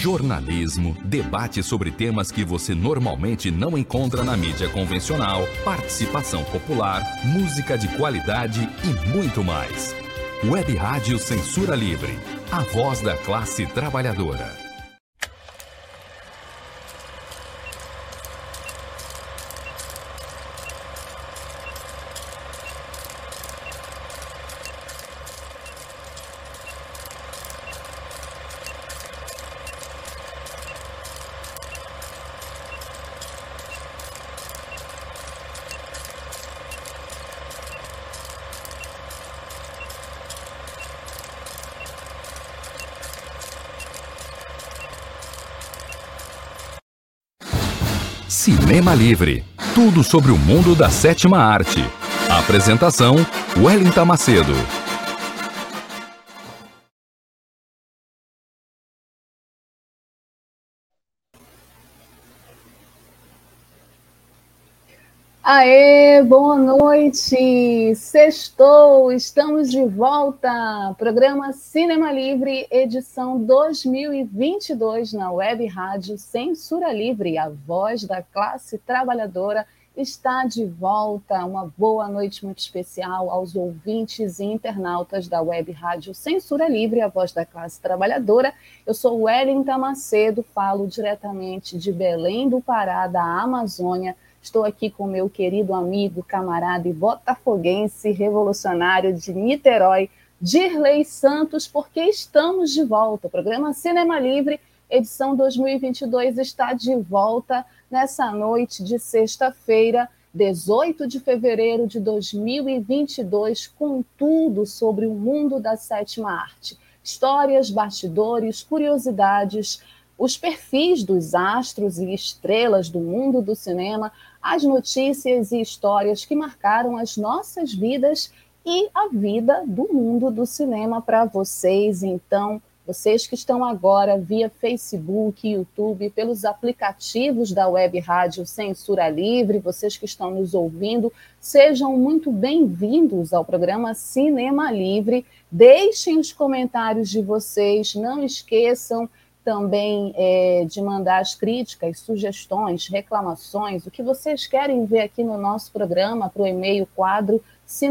jornalismo, debate sobre temas que você normalmente não encontra na mídia convencional, participação popular, música de qualidade e muito mais. Web Rádio Censura Livre, a voz da classe trabalhadora. Cinema Livre, tudo sobre o mundo da sétima arte. Apresentação, Wellington Macedo. Aê, boa noite! Sextou, estamos de volta. Programa Cinema Livre, edição 2022 na Web Rádio Censura Livre. A voz da classe trabalhadora está de volta. Uma boa noite muito especial aos ouvintes e internautas da Web Rádio Censura Livre, a voz da classe trabalhadora. Eu sou Wellington Macedo, falo diretamente de Belém do Pará, da Amazônia. Estou aqui com meu querido amigo, camarada e botafoguense revolucionário de Niterói, Dirley Santos, porque estamos de volta. O programa Cinema Livre, edição 2022, está de volta nessa noite de sexta-feira, 18 de fevereiro de 2022, com tudo sobre o mundo da sétima arte. Histórias, bastidores, curiosidades, os perfis dos astros e estrelas do mundo do cinema, as notícias e histórias que marcaram as nossas vidas e a vida do mundo do cinema para vocês. Então, vocês que estão agora via Facebook, YouTube, pelos aplicativos da Web Rádio Censura Livre, vocês que estão nos ouvindo, sejam muito bem-vindos ao programa Cinema Livre. Deixem os comentários de vocês, não esqueçam também de mandar as críticas, sugestões, reclamações, o que vocês querem ver aqui no nosso programa para o e-mail quadro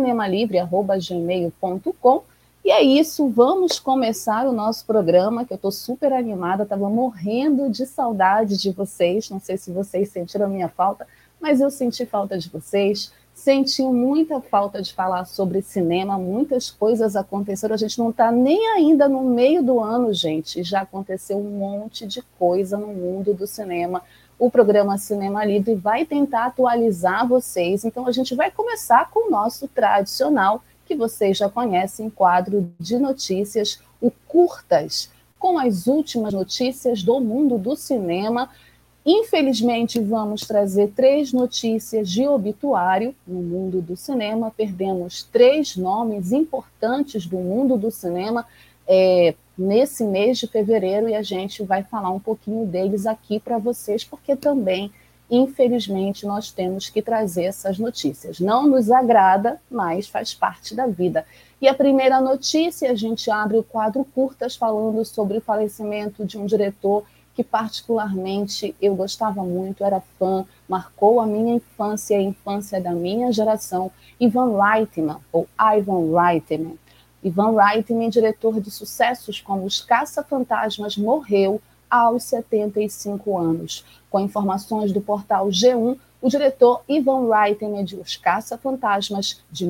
cinemalivre@gmail.com. E é isso, vamos começar o nosso programa, que eu estou super animada, estava morrendo de saudade de vocês, não sei se vocês sentiram a minha falta, mas eu senti falta de vocês. Senti muita falta de falar sobre cinema, muitas coisas aconteceram, a gente não está nem ainda no meio do ano, gente, já aconteceu um monte de coisa no mundo do cinema. O programa Cinema Livre vai tentar atualizar vocês, então a gente vai começar com o nosso tradicional, que vocês já conhecem, quadro de notícias, o Curtas, com as últimas notícias do mundo do cinema. Infelizmente, vamos trazer 3 notícias de obituário no mundo do cinema. Perdemos 3 nomes importantes do mundo do cinema nesse mês de fevereiro e a gente vai falar um pouquinho deles aqui para vocês, porque também, infelizmente, nós temos que trazer essas notícias. Não nos agrada, mas faz parte da vida. E a primeira notícia, a gente abre o quadro Curtas falando sobre o falecimento de um diretor que particularmente eu gostava muito, era fã, marcou a minha infância e a infância da minha geração, Ivan Reitman, ou Ivan Reitman. Ivan Reitman, diretor de sucessos como Os Caça-Fantasmas, morreu aos 75 anos. Com informações do portal G1, o diretor Ivan Reitman de Os Caça-Fantasmas, de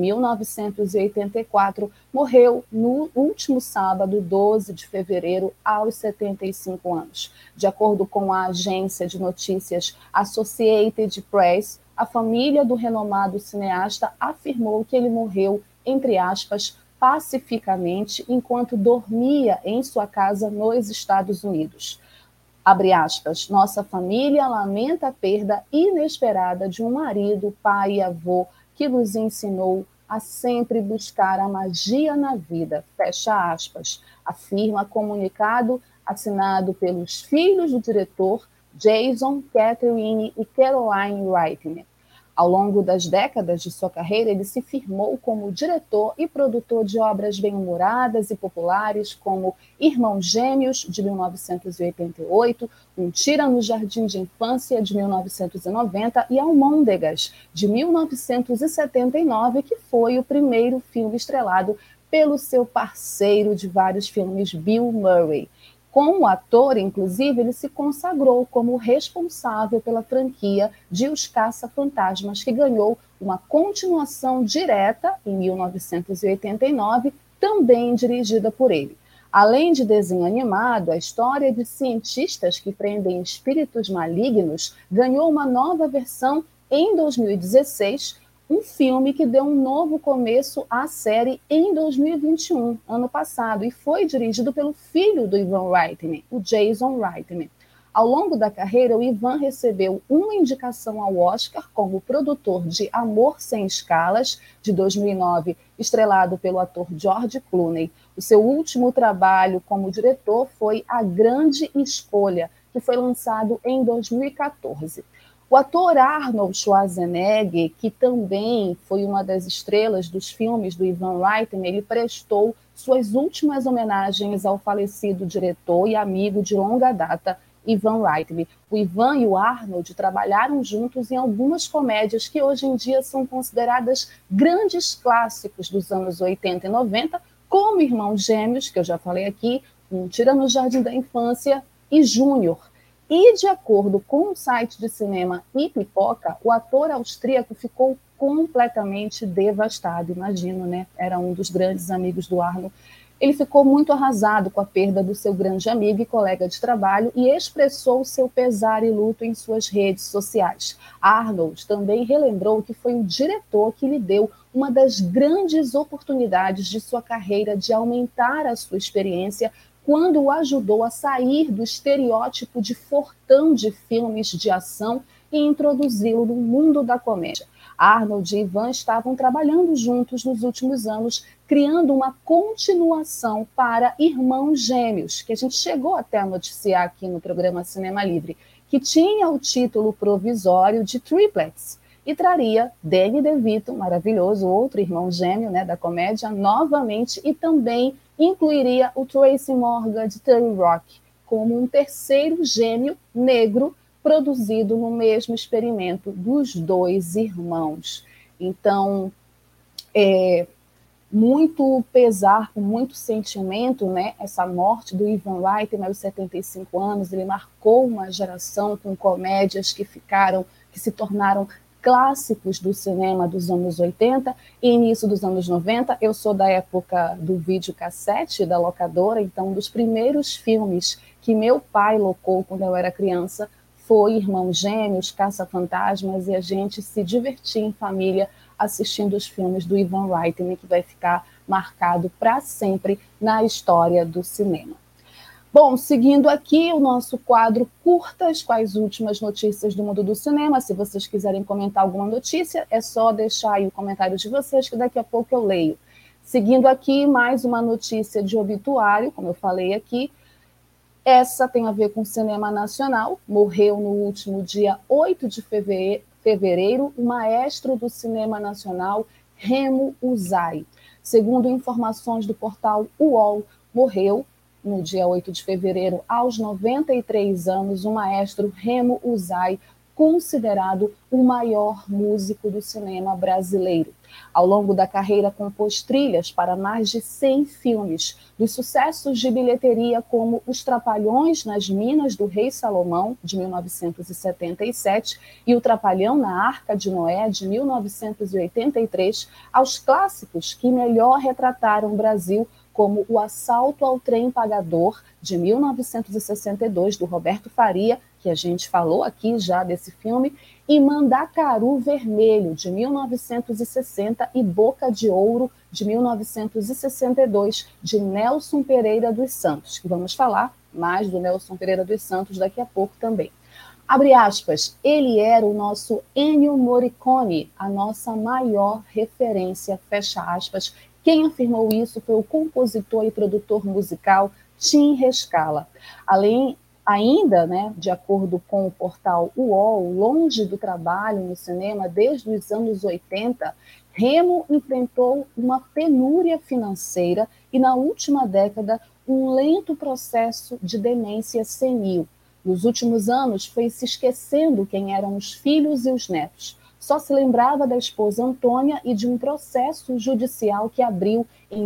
1984, morreu no último sábado, 12 de fevereiro, aos 75 anos. De acordo com a agência de notícias Associated Press, a família do renomado cineasta afirmou que ele morreu, entre aspas, pacificamente, enquanto dormia em sua casa nos Estados Unidos. Abre aspas, nossa família lamenta a perda inesperada de um marido, pai e avô que nos ensinou a sempre buscar a magia na vida, fecha aspas, afirma comunicado assinado pelos filhos do diretor, Jason, Catherine e Caroline Reitman. Ao longo das décadas de sua carreira, ele se firmou como diretor e produtor de obras bem-humoradas e populares, como Irmãos Gêmeos, de 1988, Um Tira no Jardim de Infância, de 1990, e Almôndegas, de 1979, que foi o primeiro filme estrelado pelo seu parceiro de vários filmes, Bill Murray. Como ator, inclusive, ele se consagrou como responsável pela franquia de Os Caça-Fantasmas, que ganhou uma continuação direta em 1989, também dirigida por ele. Além de desenho animado, a história de cientistas que prendem espíritos malignos ganhou uma nova versão em 2016, um filme que deu um novo começo à série em 2021, ano passado, e foi dirigido pelo filho do Ivan Reitman, o Jason Reitman. Ao longo da carreira, o Ivan recebeu uma indicação ao Oscar como produtor de Amor Sem Escalas, de 2009, estrelado pelo ator George Clooney. O seu último trabalho como diretor foi A Grande Escolha, que foi lançado em 2014. O ator Arnold Schwarzenegger, que também foi uma das estrelas dos filmes do Ivan Reitman, ele prestou suas últimas homenagens ao falecido diretor e amigo de longa data, Ivan Reitman. O Ivan e o Arnold trabalharam juntos em algumas comédias que hoje em dia são consideradas grandes clássicos dos anos 80 e 90, como Irmãos Gêmeos, que eu já falei aqui, Um Tira no Jardim da Infância e Júnior. E, de acordo com o site de cinema Ipipoca, o ator austríaco ficou completamente devastado. Imagino, né? Era um dos grandes amigos do Arnold. Ele ficou muito arrasado com a perda do seu grande amigo e colega de trabalho e expressou seu pesar e luto em suas redes sociais. Arnold também relembrou que foi o diretor que lhe deu uma das grandes oportunidades de sua carreira de aumentar a sua experiência quando o ajudou a sair do estereótipo de fortão de filmes de ação e introduzi-lo no mundo da comédia. Arnold e Ivan estavam trabalhando juntos nos últimos anos, criando uma continuação para Irmãos Gêmeos, que a gente chegou até a noticiar aqui no programa Cinema Livre, que tinha o título provisório de Triplets, e traria Danny DeVito, maravilhoso, outro irmão gêmeo, né, da comédia, novamente, e também incluiria o Tracy Morgan de 30 Rock, como um terceiro gêmeo negro produzido no mesmo experimento dos dois irmãos. Então, muito pesar, com muito sentimento, né, essa morte do Ivan Reitman aos 75 anos, ele marcou uma geração com comédias que se tornaram clássicos do cinema dos anos 80 e início dos anos 90. Eu sou da época do videocassete, da locadora, então um dos primeiros filmes que meu pai locou quando eu era criança foi Irmãos Gêmeos, Caça-Fantasmas, e a gente se divertia em família assistindo os filmes do Ivan Reitman, que vai ficar marcado para sempre na história do cinema. Bom, seguindo aqui o nosso quadro Curtas com as últimas notícias do mundo do cinema. Se vocês quiserem comentar alguma notícia, é só deixar aí o comentário de vocês, que daqui a pouco eu leio. Seguindo aqui, mais uma notícia de obituário, como eu falei aqui. Essa tem a ver com o cinema nacional. Morreu no último dia 8 de fevereiro o maestro do cinema nacional, Remo Uzay. Segundo informações do portal UOL, morreu no dia 8 de fevereiro, aos 93 anos, o maestro Remo Uzay, considerado o maior músico do cinema brasileiro. Ao longo da carreira, compôs trilhas para mais de 100 filmes, dos sucessos de bilheteria como Os Trapalhões nas Minas do Rei Salomão, de 1977, e O Trapalhão na Arca de Noé, de 1983, aos clássicos que melhor retrataram o Brasil, como O Assalto ao Trem Pagador, de 1962, do Roberto Faria, que a gente falou aqui já desse filme, e Mandacaru Vermelho, de 1960, e Boca de Ouro, de 1962, de Nelson Pereira dos Santos, que vamos falar mais do Nelson Pereira dos Santos daqui a pouco também. Abre aspas, ele era o nosso Ennio Morricone, a nossa maior referência, fecha aspas. Quem afirmou isso foi o compositor e produtor musical Tim Rescala. Além Ainda, né, de acordo com o portal UOL, longe do trabalho no cinema desde os anos 80, Remo enfrentou uma penúria financeira e, na última década, um lento processo de demência senil. Nos últimos anos, foi se esquecendo quem eram os filhos e os netos. Só se lembrava da esposa Antônia e de um processo judicial que abriu em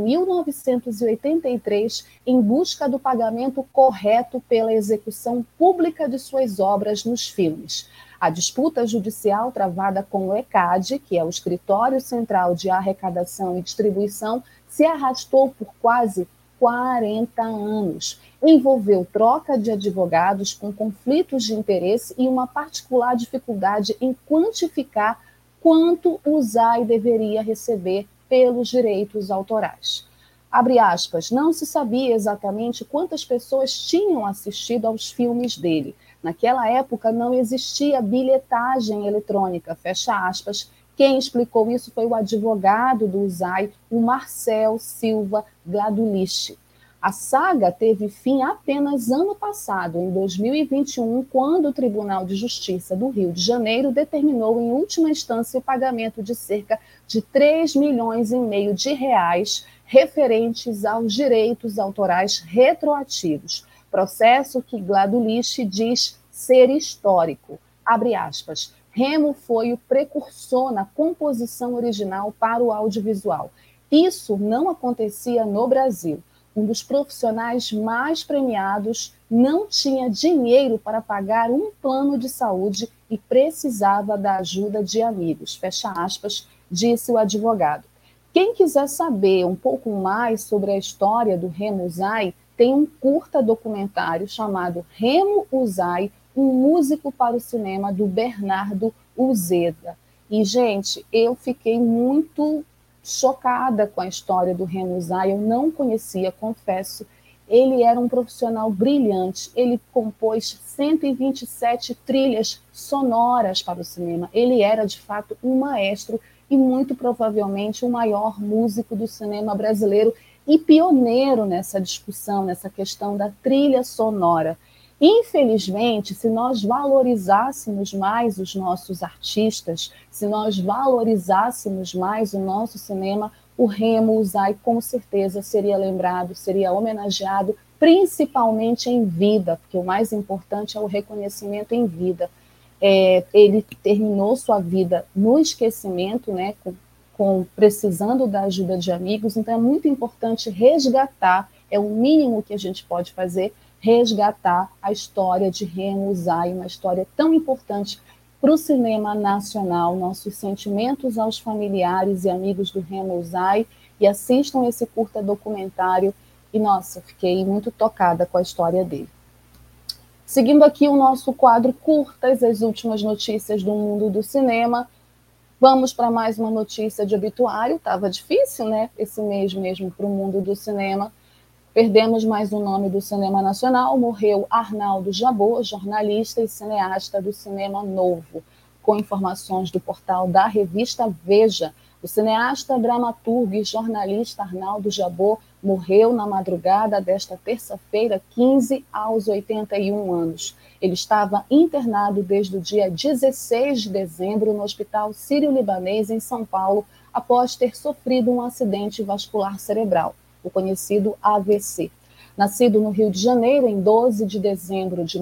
1983 em busca do pagamento correto pela execução pública de suas obras nos filmes. A disputa judicial travada com o ECAD, que é o Escritório Central de Arrecadação e Distribuição, se arrastou por quase 40 anos. Envolveu troca de advogados com conflitos de interesse e uma particular dificuldade em quantificar quanto o ZAI deveria receber pelos direitos autorais. Abre aspas, não se sabia exatamente quantas pessoas tinham assistido aos filmes dele. Naquela época não existia bilhetagem eletrônica, fecha aspas. Quem explicou isso foi o advogado do ZAI, o Marcel Silva Gladulich. A saga teve fim apenas ano passado, em 2021, quando o Tribunal de Justiça do Rio de Janeiro determinou em última instância o pagamento de cerca de 3,5 milhões de reais referentes aos direitos autorais retroativos. Processo que Gladulich diz ser histórico. Abre aspas. Remo foi o precursor na composição original para o audiovisual. Isso não acontecia no Brasil. Um dos profissionais mais premiados não tinha dinheiro para pagar um plano de saúde e precisava da ajuda de amigos. Fecha aspas, disse o advogado. Quem quiser saber um pouco mais sobre a história do Remo Uzai, tem um curta documentário chamado Remo Uzai, um músico para o cinema, do Bernardo Uzeda. E, gente, eu fiquei muito chocada com a história do Remo Uzai, eu não conhecia, confesso. Ele era um profissional brilhante, ele compôs 127 trilhas sonoras para o cinema. Ele era, de fato, um maestro e muito provavelmente o maior músico do cinema brasileiro e pioneiro nessa discussão, nessa questão da trilha sonora. Infelizmente, se nós valorizássemos mais os nossos artistas, se nós valorizássemos mais o nosso cinema, o Remo Uzai com certeza seria lembrado, seria homenageado, principalmente em vida, porque o mais importante é o reconhecimento em vida. Ele terminou sua vida no esquecimento, né, precisando da ajuda de amigos, então é muito importante resgatar, é o mínimo que a gente pode fazer, resgatar a história de Remo Uzai, uma história tão importante para o cinema nacional. Nossos sentimentos aos familiares e amigos do Remo Uzai, e assistam esse curta documentário, e nossa, fiquei muito tocada com a história dele. Seguindo aqui o nosso quadro Curtas, as últimas notícias do mundo do cinema, vamos para mais uma notícia de obituário. Estava difícil, né, esse mês mesmo para o mundo do cinema. Perdemos mais um nome do cinema nacional, morreu Arnaldo Jabbour, jornalista e cineasta do cinema novo. Com informações do portal da revista Veja, o cineasta, dramaturgo e jornalista Arnaldo Jabbour morreu na madrugada desta terça-feira, 15, aos 81 anos. Ele estava internado desde o dia 16 de dezembro no Hospital Sírio-Libanês, em São Paulo, após ter sofrido um acidente vascular cerebral, o conhecido AVC. Nascido no Rio de Janeiro em 12 de dezembro de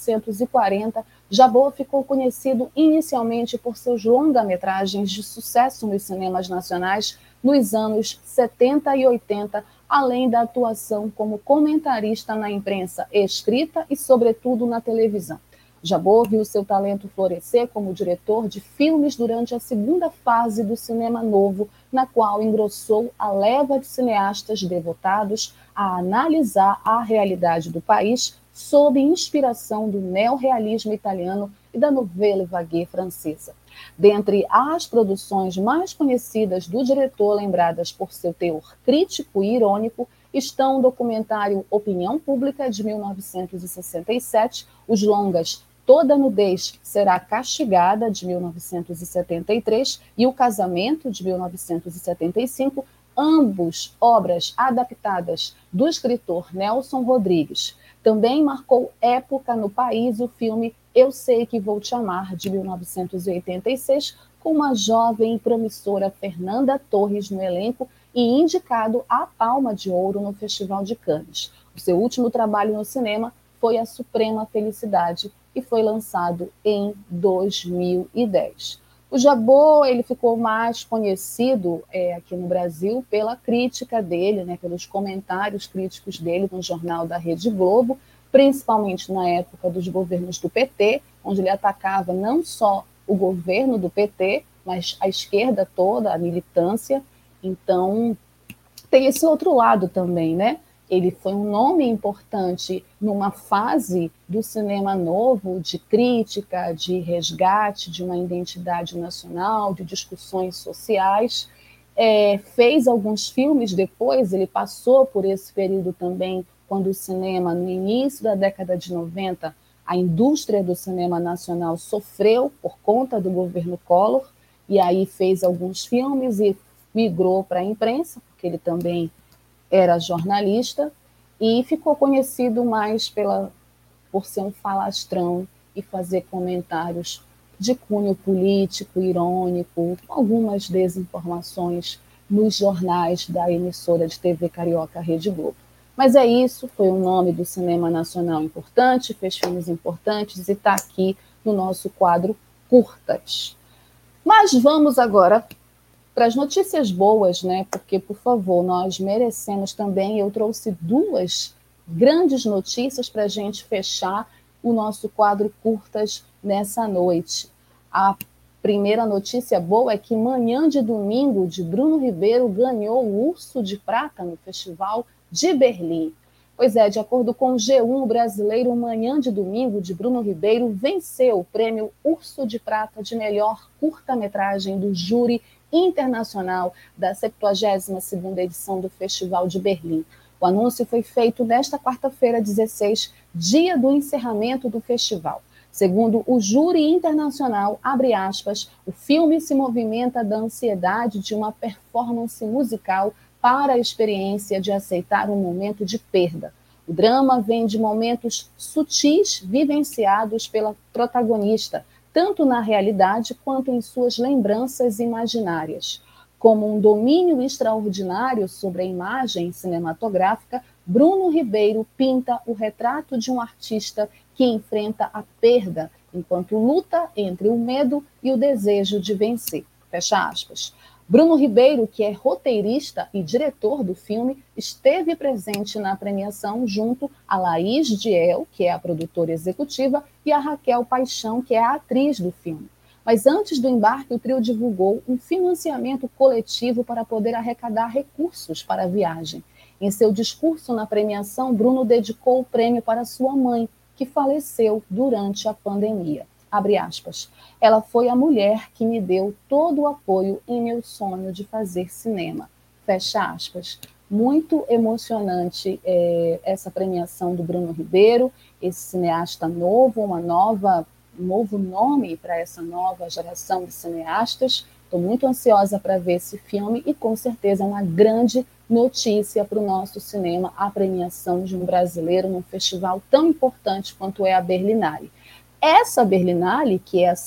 1940, Jabbour ficou conhecido inicialmente por seus longa-metragens de sucesso nos cinemas nacionais nos anos 70 e 80, além da atuação como comentarista na imprensa escrita e, sobretudo, na televisão. Jabbour viu seu talento florescer como diretor de filmes durante a segunda fase do cinema novo, na qual engrossou a leva de cineastas devotados a analisar a realidade do país sob inspiração do neorrealismo italiano e da Nouvelle Vague francesa. Dentre as produções mais conhecidas do diretor, lembradas por seu teor crítico e irônico, estão o documentário Opinião Pública, de 1967, os longas Toda Nudez Será Castigada, de 1973, e O Casamento, de 1975, ambos obras adaptadas do escritor Nelson Rodrigues. Também marcou época no país o filme Eu Sei Que Vou Te Amar, de 1986, com uma jovem e promissora Fernanda Torres no elenco e indicado à Palma de Ouro no Festival de Cannes. O seu último trabalho no cinema foi A Suprema Felicidade e foi lançado em 2010. O Jabô, ele ficou mais conhecido aqui no Brasil pela crítica dele, né, pelos comentários críticos dele no jornal da Rede Globo, principalmente na época dos governos do PT, onde ele atacava não só o governo do PT, mas a esquerda toda, a militância. Então, tem esse outro lado também, né? Ele foi um nome importante numa fase do cinema novo, de crítica, de resgate, de uma identidade nacional, de discussões sociais. Fez alguns filmes depois, ele passou por esse período também, quando o cinema, no início da década de 90, a indústria do cinema nacional sofreu por conta do governo Collor, e aí fez alguns filmes e migrou para a imprensa, porque ele também era jornalista, e ficou conhecido mais por ser um falastrão e fazer comentários de cunho político, irônico, algumas desinformações nos jornais da emissora de TV carioca Rede Globo. Mas é isso, foi um nome do cinema nacional importante, fez filmes importantes e está aqui no nosso quadro Curtas. Mas vamos agora para as notícias boas, né? Porque, por favor, nós merecemos também. Eu trouxe duas grandes notícias para a gente fechar o nosso quadro Curtas nessa noite. A primeira notícia boa é que Manhã de Domingo, de Bruno Ribeiro, ganhou o Urso de Prata no Festival de Berlim. Pois é, de acordo com o G1, o brasileiro Manhã de Domingo, de Bruno Ribeiro, venceu o prêmio Urso de Prata de melhor curta-metragem do júri internacional da 72ª edição do Festival de Berlim. O anúncio foi feito nesta quarta-feira, 16, dia do encerramento do festival. Segundo o júri internacional, abre aspas, o filme se movimenta da ansiedade de uma performance musical para a experiência de aceitar um momento de perda. O drama vem de momentos sutis vivenciados pela protagonista, tanto na realidade quanto em suas lembranças imaginárias. Como um domínio extraordinário sobre a imagem cinematográfica, Bruno Ribeiro pinta o retrato de um artista que enfrenta a perda enquanto luta entre o medo e o desejo de vencer. Fecha aspas. Bruno Ribeiro, que é roteirista e diretor do filme, esteve presente na premiação junto a Laís Diel, que é a produtora executiva, e a Raquel Paixão, que é a atriz do filme. Mas antes do embarque, o trio divulgou um financiamento coletivo para poder arrecadar recursos para a viagem. Em seu discurso na premiação, Bruno dedicou o prêmio para sua mãe, que faleceu durante a pandemia. Abre aspas. Ela foi a mulher que me deu todo o apoio em meu sonho de fazer cinema. Fecha aspas. Muito emocionante essa premiação do Bruno Ribeiro, esse cineasta novo, um novo nome para essa nova geração de cineastas. Estou muito ansiosa para ver esse filme e com certeza é uma grande notícia para o nosso cinema, a premiação de um brasileiro num festival tão importante quanto é a Berlinale. Essa Berlinale, que é a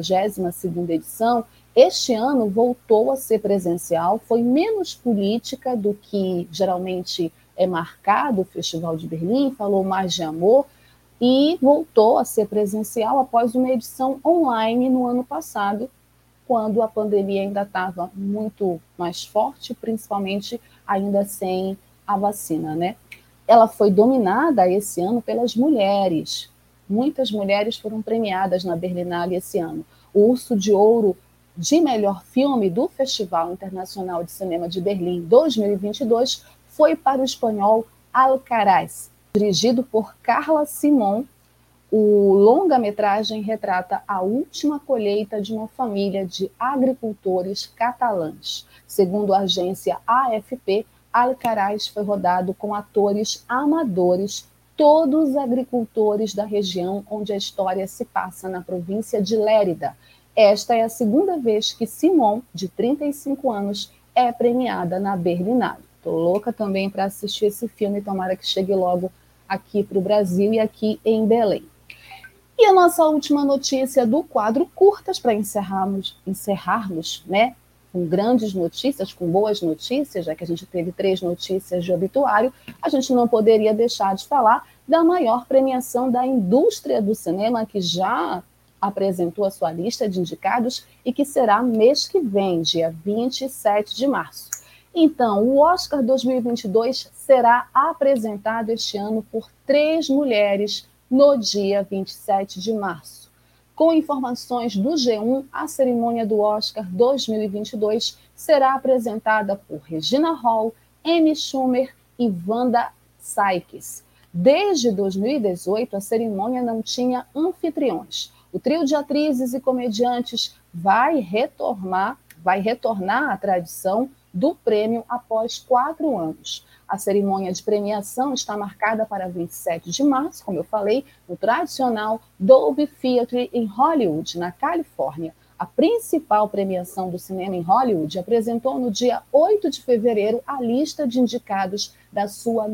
72ª edição, este ano voltou a ser presencial, foi menos política do que geralmente é marcado o Festival de Berlim, falou mais de amor, e voltou a ser presencial após uma edição online no ano passado, quando a pandemia ainda estava muito mais forte, principalmente ainda sem a vacina, né? Ela foi dominada esse ano pelas mulheres. Muitas mulheres foram premiadas na Berlinale esse ano. O Urso de Ouro de melhor filme do Festival Internacional de Cinema de Berlim 2022 foi para o espanhol Alcaraz, dirigido por Carla Simón. O longa-metragem retrata a última colheita de uma família de agricultores catalãs. Segundo a agência AFP, Alcaraz foi rodado com atores amadores, todos agricultores da região onde a história se passa na província de Lérida. Esta é a segunda vez que Simón, de 35 anos, é premiada na Berlinale. Estou louca também para assistir esse filme, tomara que chegue logo aqui para o Brasil e aqui em Belém. E a nossa última notícia do quadro curtas, para encerrarmos, né, com grandes notícias, com boas notícias, já que a gente teve 3 notícias de obituário, a gente não poderia deixar de falar da maior premiação da indústria do cinema, que já apresentou a sua lista de indicados e que será mês que vem, dia 27 de março. Então, o Oscar 2022 será apresentado este ano por 3 mulheres no dia 27 de março. Com informações do G1, a cerimônia do Oscar 2022 será apresentada por Regina Hall, Amy Schumer e Wanda Sykes. Desde 2018, a cerimônia não tinha anfitriões. O trio de atrizes e comediantes vai retornar à tradição do prêmio após 4 anos. A cerimônia de premiação está marcada para 27 de março, como eu falei, no tradicional Dolby Theatre em Hollywood, na Califórnia. A principal premiação do cinema em Hollywood apresentou no dia 8 de fevereiro a lista de indicados da sua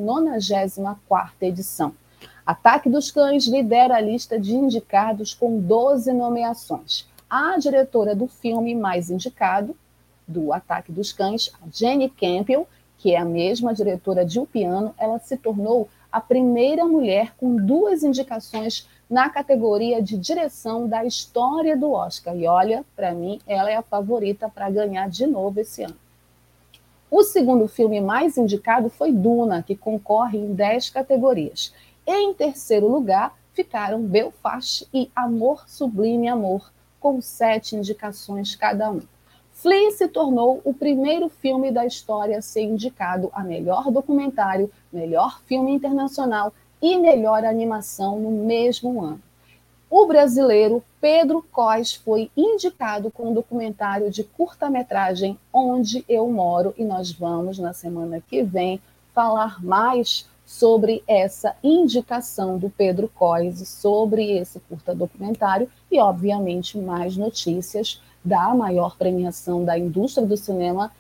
94ª edição. Ataque dos Cães lidera a lista de indicados com 12 nomeações. A diretora do filme mais indicado, do Ataque dos Cães, a Jenny Campion, que é a mesma diretora de O Piano, ela se tornou a primeira mulher com 2 indicações na categoria de direção da história do Oscar. E olha, para mim, ela é a favorita para ganhar de novo esse ano. O segundo filme mais indicado foi Duna, que concorre em 10 categorias. Em terceiro lugar, ficaram Belfast e Amor Sublime Amor, com 7 indicações cada um. Flea se tornou o primeiro filme da história a ser indicado a melhor documentário, melhor filme internacional e melhor animação no mesmo ano. O brasileiro Pedro Kois foi indicado com o documentário de curta-metragem Onde Eu Moro, e nós vamos, na semana que vem, falar mais sobre essa indicação do Pedro Kois, sobre esse curta-documentário e, obviamente, mais notícias da maior premiação da indústria do cinema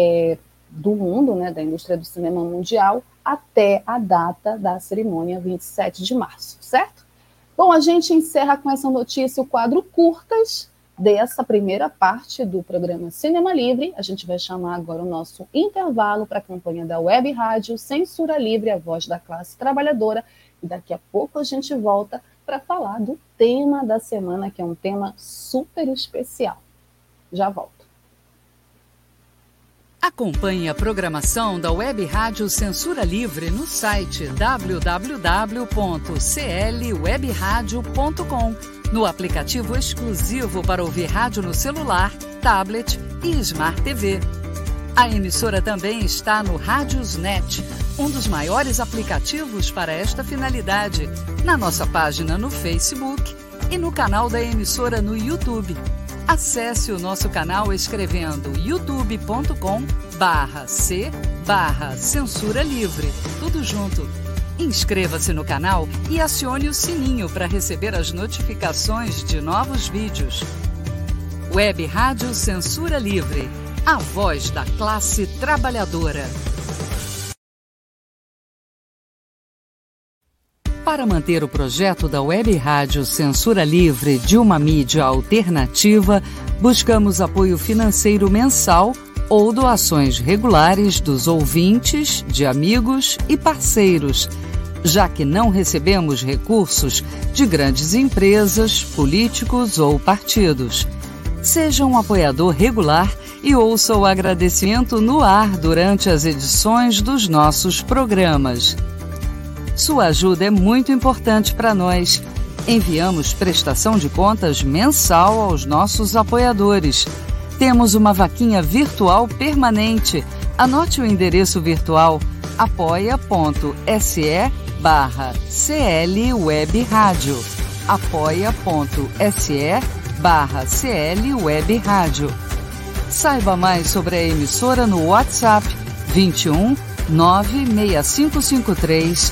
do mundo, né, da indústria do cinema mundial, até a data da cerimônia, 27 de março, certo? Bom, a gente encerra com essa notícia o quadro curtas dessa primeira parte do programa Cinema Livre. A gente vai chamar agora o nosso intervalo para a campanha da Web Rádio Censura Livre, a voz da classe trabalhadora, e daqui a pouco a gente volta para falar do tema da semana, que é um tema super especial. Já volto. Acompanhe a programação da Web Rádio Censura Livre no site www.clwebradio.com, no aplicativo exclusivo para ouvir rádio no celular, tablet e Smart TV. A emissora também está no Radiosnet, um dos maiores aplicativos para esta finalidade, na nossa página no Facebook e no canal da emissora no YouTube. Acesse o nosso canal escrevendo youtube.com/c/censura livre, tudo junto. Inscreva-se no canal e acione o sininho para receber as notificações de novos vídeos. Web Rádio Censura Livre, a voz da classe trabalhadora. Para manter o projeto da Web Rádio Censura Livre de uma mídia alternativa, buscamos apoio financeiro mensal ou doações regulares dos ouvintes, de amigos e parceiros, já que não recebemos recursos de grandes empresas, políticos ou partidos. Seja um apoiador regular e ouça o agradecimento no ar durante as edições dos nossos programas. Sua ajuda é muito importante para nós. Enviamos prestação de contas mensal aos nossos apoiadores. Temos uma vaquinha virtual permanente. Anote o endereço virtual apoia.se/clwebradio. apoia.se/clwebradio. Saiba mais sobre a emissora no WhatsApp 21 96553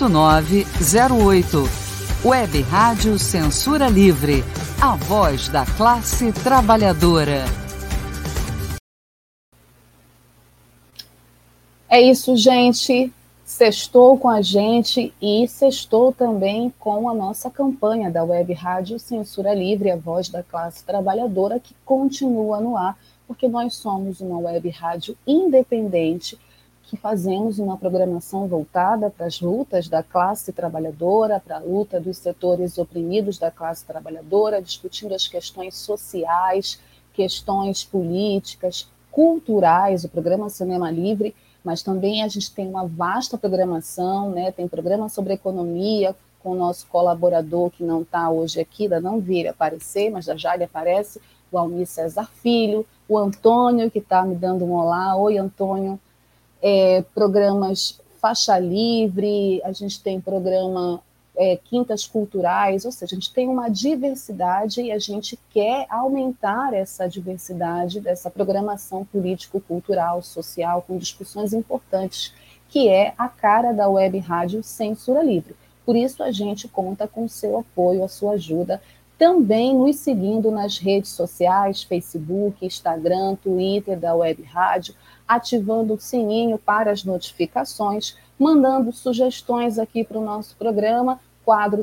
8908. Web Rádio Censura Livre, a voz da classe trabalhadora. É isso, gente. sextou com a gente e sextou também com a nossa campanha da Web Rádio Censura Livre, a voz da classe trabalhadora, que continua no ar, porque nós somos uma web rádio independente, que fazemos uma programação voltada para as lutas da classe trabalhadora, para a luta dos setores oprimidos da classe trabalhadora, discutindo as questões sociais, questões políticas, culturais, o programa Cinema Livre, mas também a gente tem uma vasta programação, né? Tem programa sobre economia, com o nosso colaborador, que não está hoje aqui, ainda não vi ele aparecer, mas já ele aparece, o Almir César Filho, o Antônio, que está me dando um olá. Oi, Antônio. Programas Faixa Livre, a gente tem programa Quintas Culturais, ou seja, a gente tem uma diversidade e a gente quer aumentar essa diversidade dessa programação político-cultural, social, com discussões importantes, que é a cara da Web Rádio Censura Livre. Por isso a gente conta com o seu apoio, a sua ajuda, também nos seguindo nas redes sociais, Facebook, Instagram, Twitter da Web Rádio, ativando o sininho para as notificações, mandando sugestões aqui para o nosso programa, quadro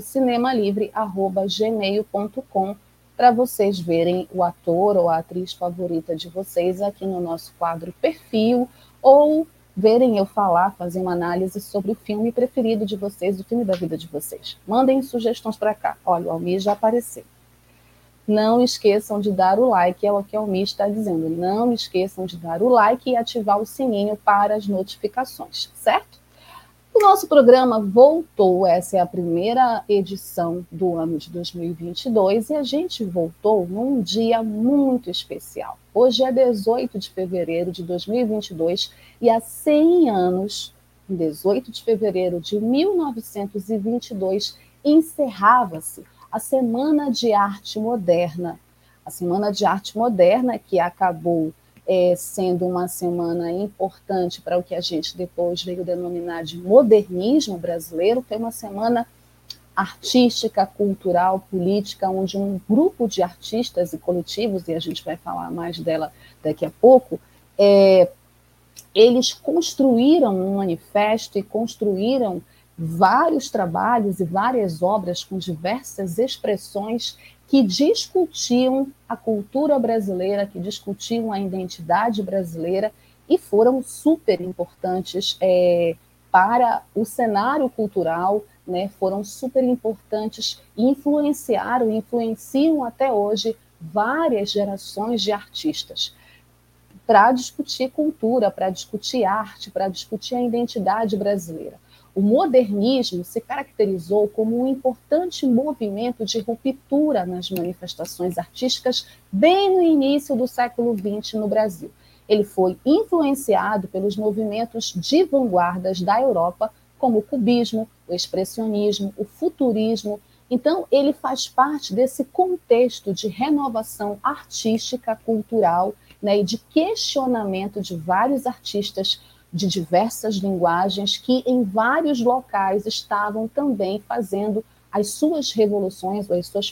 cinemalivre@gmail.com, para vocês verem o ator ou a atriz favorita de vocês aqui no nosso quadro Perfil, ou verem eu falar, fazer uma análise sobre o filme preferido de vocês, o filme da vida de vocês. Mandem sugestões para cá. Olha, o Almir já apareceu. Não esqueçam de dar o like, é o que o Almir está dizendo. Não esqueçam de dar o like e ativar o sininho para as notificações, certo? O nosso programa voltou, essa é a primeira edição do ano de 2022 e a gente voltou num dia muito especial. Hoje é 18 de fevereiro de 2022 e há 100 anos, em 18 de fevereiro de 1922, encerrava-se a Semana de Arte Moderna. A Semana de Arte Moderna, que acabou sendo uma semana importante para o que a gente depois veio denominar de modernismo brasileiro, foi uma semana artística, cultural, política, onde um grupo de artistas e coletivos, e a gente vai falar mais dela daqui a pouco, eles construíram um manifesto e construíram vários trabalhos e várias obras com diversas expressões que discutiam a cultura brasileira, que discutiam a identidade brasileira e foram super importantes para o cenário cultural, né? Foram super importantes e influenciam até hoje várias gerações de artistas para discutir cultura, para discutir arte, para discutir a identidade brasileira. O modernismo se caracterizou como um importante movimento de ruptura nas manifestações artísticas bem no início do século XX no Brasil. Ele foi influenciado pelos movimentos de vanguardas da Europa, como o cubismo, o expressionismo, o futurismo. Então, ele faz parte desse contexto de renovação artística, cultural, né, e de questionamento de vários artistas de diversas linguagens que em vários locais estavam também fazendo as suas revoluções, ou as suas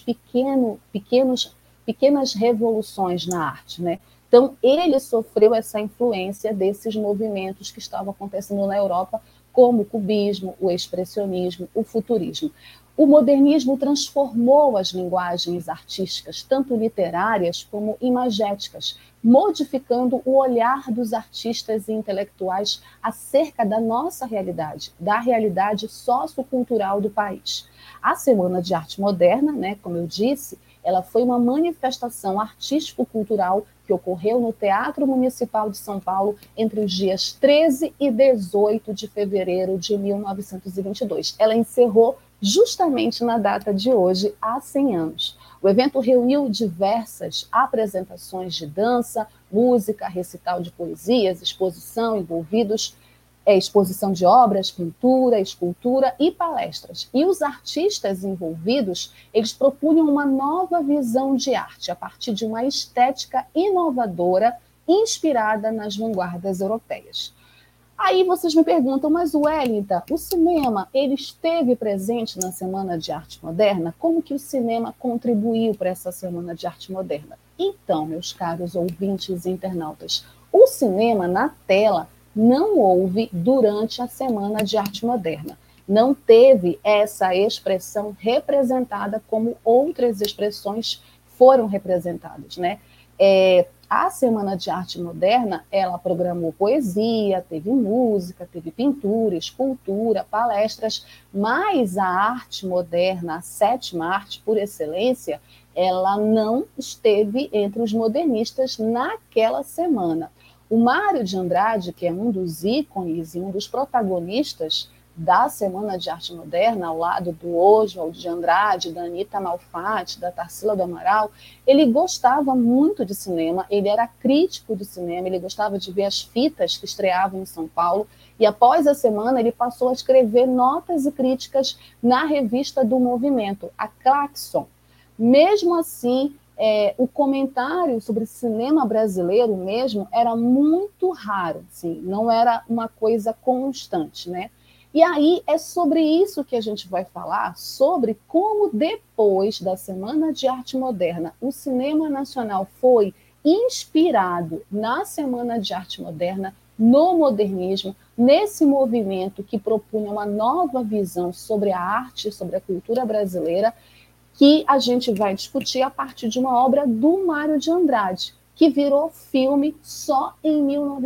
pequenas revoluções na arte, né? Então, ele sofreu essa influência desses movimentos que estavam acontecendo na Europa, como o cubismo, o expressionismo, o futurismo. O modernismo transformou as linguagens artísticas, tanto literárias como imagéticas, modificando o olhar dos artistas e intelectuais acerca da nossa realidade, da realidade sociocultural do país. A Semana de Arte Moderna, né, como eu disse, ela foi uma manifestação artístico-cultural que ocorreu no Teatro Municipal de São Paulo entre os dias 13 e 18 de fevereiro de 1922. Ela encerrou justamente na data de hoje, há 100 anos. O evento reuniu diversas apresentações de dança, música, recital de poesias, exposição de obras, pintura, escultura e palestras. E os artistas envolvidos, eles propunham uma nova visão de arte a partir de uma estética inovadora inspirada nas vanguardas europeias. Aí vocês me perguntam, mas Wellington, o cinema, ele esteve presente na Semana de Arte Moderna? Como que o cinema contribuiu para essa Semana de Arte Moderna? Então, meus caros ouvintes e internautas, o cinema na tela não houve durante a Semana de Arte Moderna. Não teve essa expressão representada como outras expressões foram representadas, né? A Semana de Arte Moderna, ela programou poesia, teve música, teve pintura, escultura, palestras, mas a arte moderna, a sétima arte por excelência, ela não esteve entre os modernistas naquela semana. O Mário de Andrade, que é um dos ícones e um dos protagonistas da Semana de Arte Moderna, ao lado do Oswald de Andrade, da Anita Malfatti, da Tarsila do Amaral, ele gostava muito de cinema, ele era crítico de cinema, ele gostava de ver as fitas que estreavam em São Paulo, e após a semana ele passou a escrever notas e críticas na revista do movimento, a Claxon. Mesmo assim, o comentário sobre cinema brasileiro mesmo era muito raro, assim, não era uma coisa constante, né? E aí é sobre isso que a gente vai falar, sobre como depois da Semana de Arte Moderna, o cinema nacional foi inspirado na Semana de Arte Moderna, no modernismo, nesse movimento que propunha uma nova visão sobre a arte, sobre a cultura brasileira, que a gente vai discutir a partir de uma obra do Mário de Andrade, que virou filme só em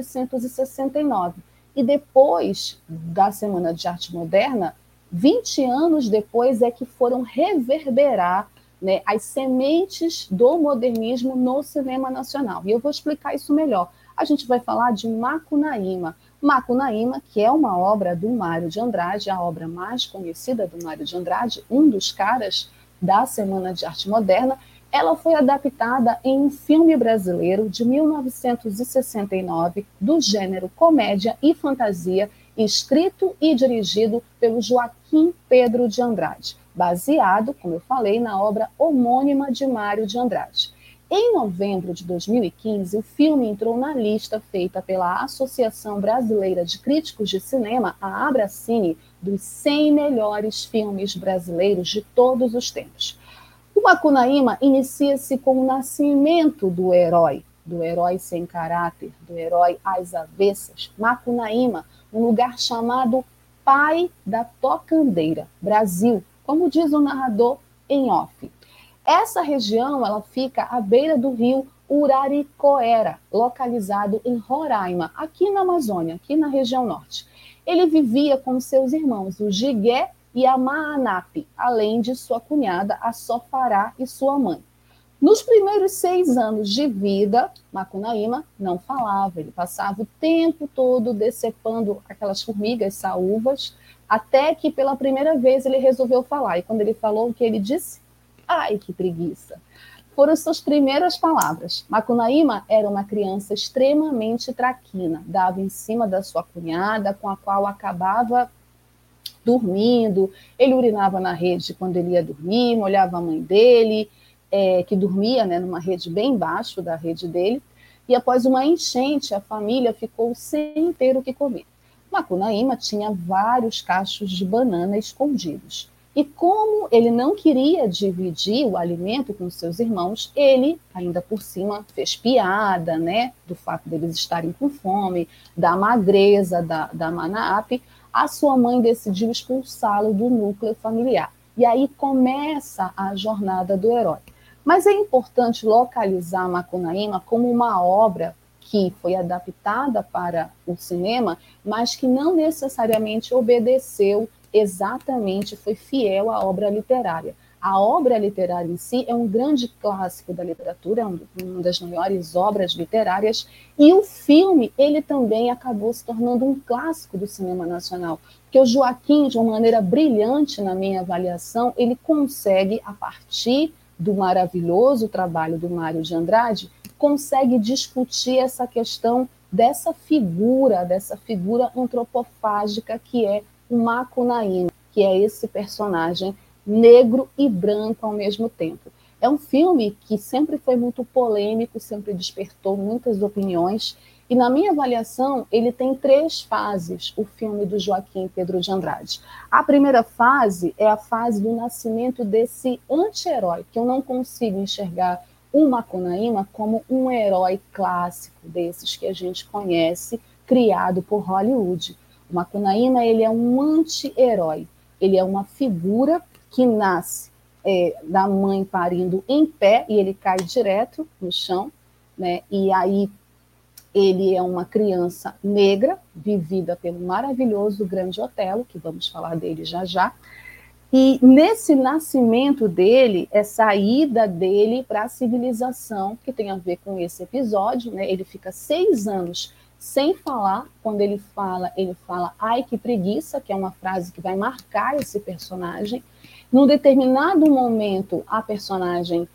1969. E depois da Semana de Arte Moderna, 20 anos depois é que foram reverberar, né, as sementes do modernismo no cinema nacional. E eu vou explicar isso melhor. A gente vai falar de Macunaíma. Macunaíma, que é uma obra do Mário de Andrade, a obra mais conhecida do Mário de Andrade, um dos caras da Semana de Arte Moderna, ela foi adaptada em um filme brasileiro de 1969, do gênero comédia e fantasia, escrito e dirigido pelo Joaquim Pedro de Andrade, baseado, como eu falei, na obra homônima de Mário de Andrade. Em novembro de 2015, o filme entrou na lista feita pela Associação Brasileira de Críticos de Cinema, a Abracine, dos 100 melhores filmes brasileiros de todos os tempos. O Macunaíma inicia-se com o nascimento do herói sem caráter, do herói às avessas. Macunaíma, um lugar chamado Pai da Tocandeira, Brasil, como diz o narrador em off. Essa região ela fica à beira do rio Uraricoera, localizado em Roraima, aqui na Amazônia, aqui na região norte. Ele vivia com seus irmãos, o Jigué e a Maanape, além de sua cunhada, a Sofará, e sua mãe. Nos primeiros 6 anos de vida, Macunaíma não falava, ele passava o tempo todo decepando aquelas formigas saúvas, até que pela primeira vez ele resolveu falar. E quando ele falou, o que ele disse? Ai, que preguiça! Foram suas primeiras palavras. Macunaíma era uma criança extremamente traquina, dava em cima da sua cunhada, com a qual acabava dormindo, ele urinava na rede quando ele ia dormir, molhava a mãe dele, que dormia, né, numa rede bem embaixo da rede dele, e após uma enchente, a família ficou sem ter o que comer. Macunaíma tinha vários cachos de banana escondidos. E como ele não queria dividir o alimento com seus irmãos, ele, ainda por cima, fez piada, né, do fato deles estarem com fome, da magreza da Maanape. A sua mãe decidiu expulsá-lo do núcleo familiar. E aí começa a jornada do herói. Mas é importante localizar Macunaíma como uma obra que foi adaptada para o cinema, mas que não necessariamente obedeceu exatamente, foi fiel à obra literária. A obra literária em si é um grande clássico da literatura, uma das maiores obras literárias, e o filme, ele também acabou se tornando um clássico do cinema nacional, porque o Joaquim, de uma maneira brilhante, na minha avaliação, ele consegue, a partir do maravilhoso trabalho do Mário de Andrade, consegue discutir essa questão dessa figura antropofágica que é o Macunaíma, que é esse personagem negro e branco ao mesmo tempo. É um filme que sempre foi muito polêmico, sempre despertou muitas opiniões, e na minha avaliação, ele tem 3 fases, o filme do Joaquim Pedro de Andrade. A primeira fase é a fase do nascimento desse anti-herói, que eu não consigo enxergar o Macunaíma como um herói clássico desses que a gente conhece criado por Hollywood. O Macunaíma, ele é um anti-herói, ele é uma figura que nasce da mãe parindo em pé e ele cai direto no chão, né? E aí ele é uma criança negra, vivida pelo maravilhoso Grande Otelo, que vamos falar dele já já. E nesse nascimento dele, essa ida dele para a civilização, que tem a ver com esse episódio, né? Ele fica 6 anos sem falar. Quando ele fala, ai que preguiça, que é uma frase que vai marcar esse personagem. Num determinado momento, a personagem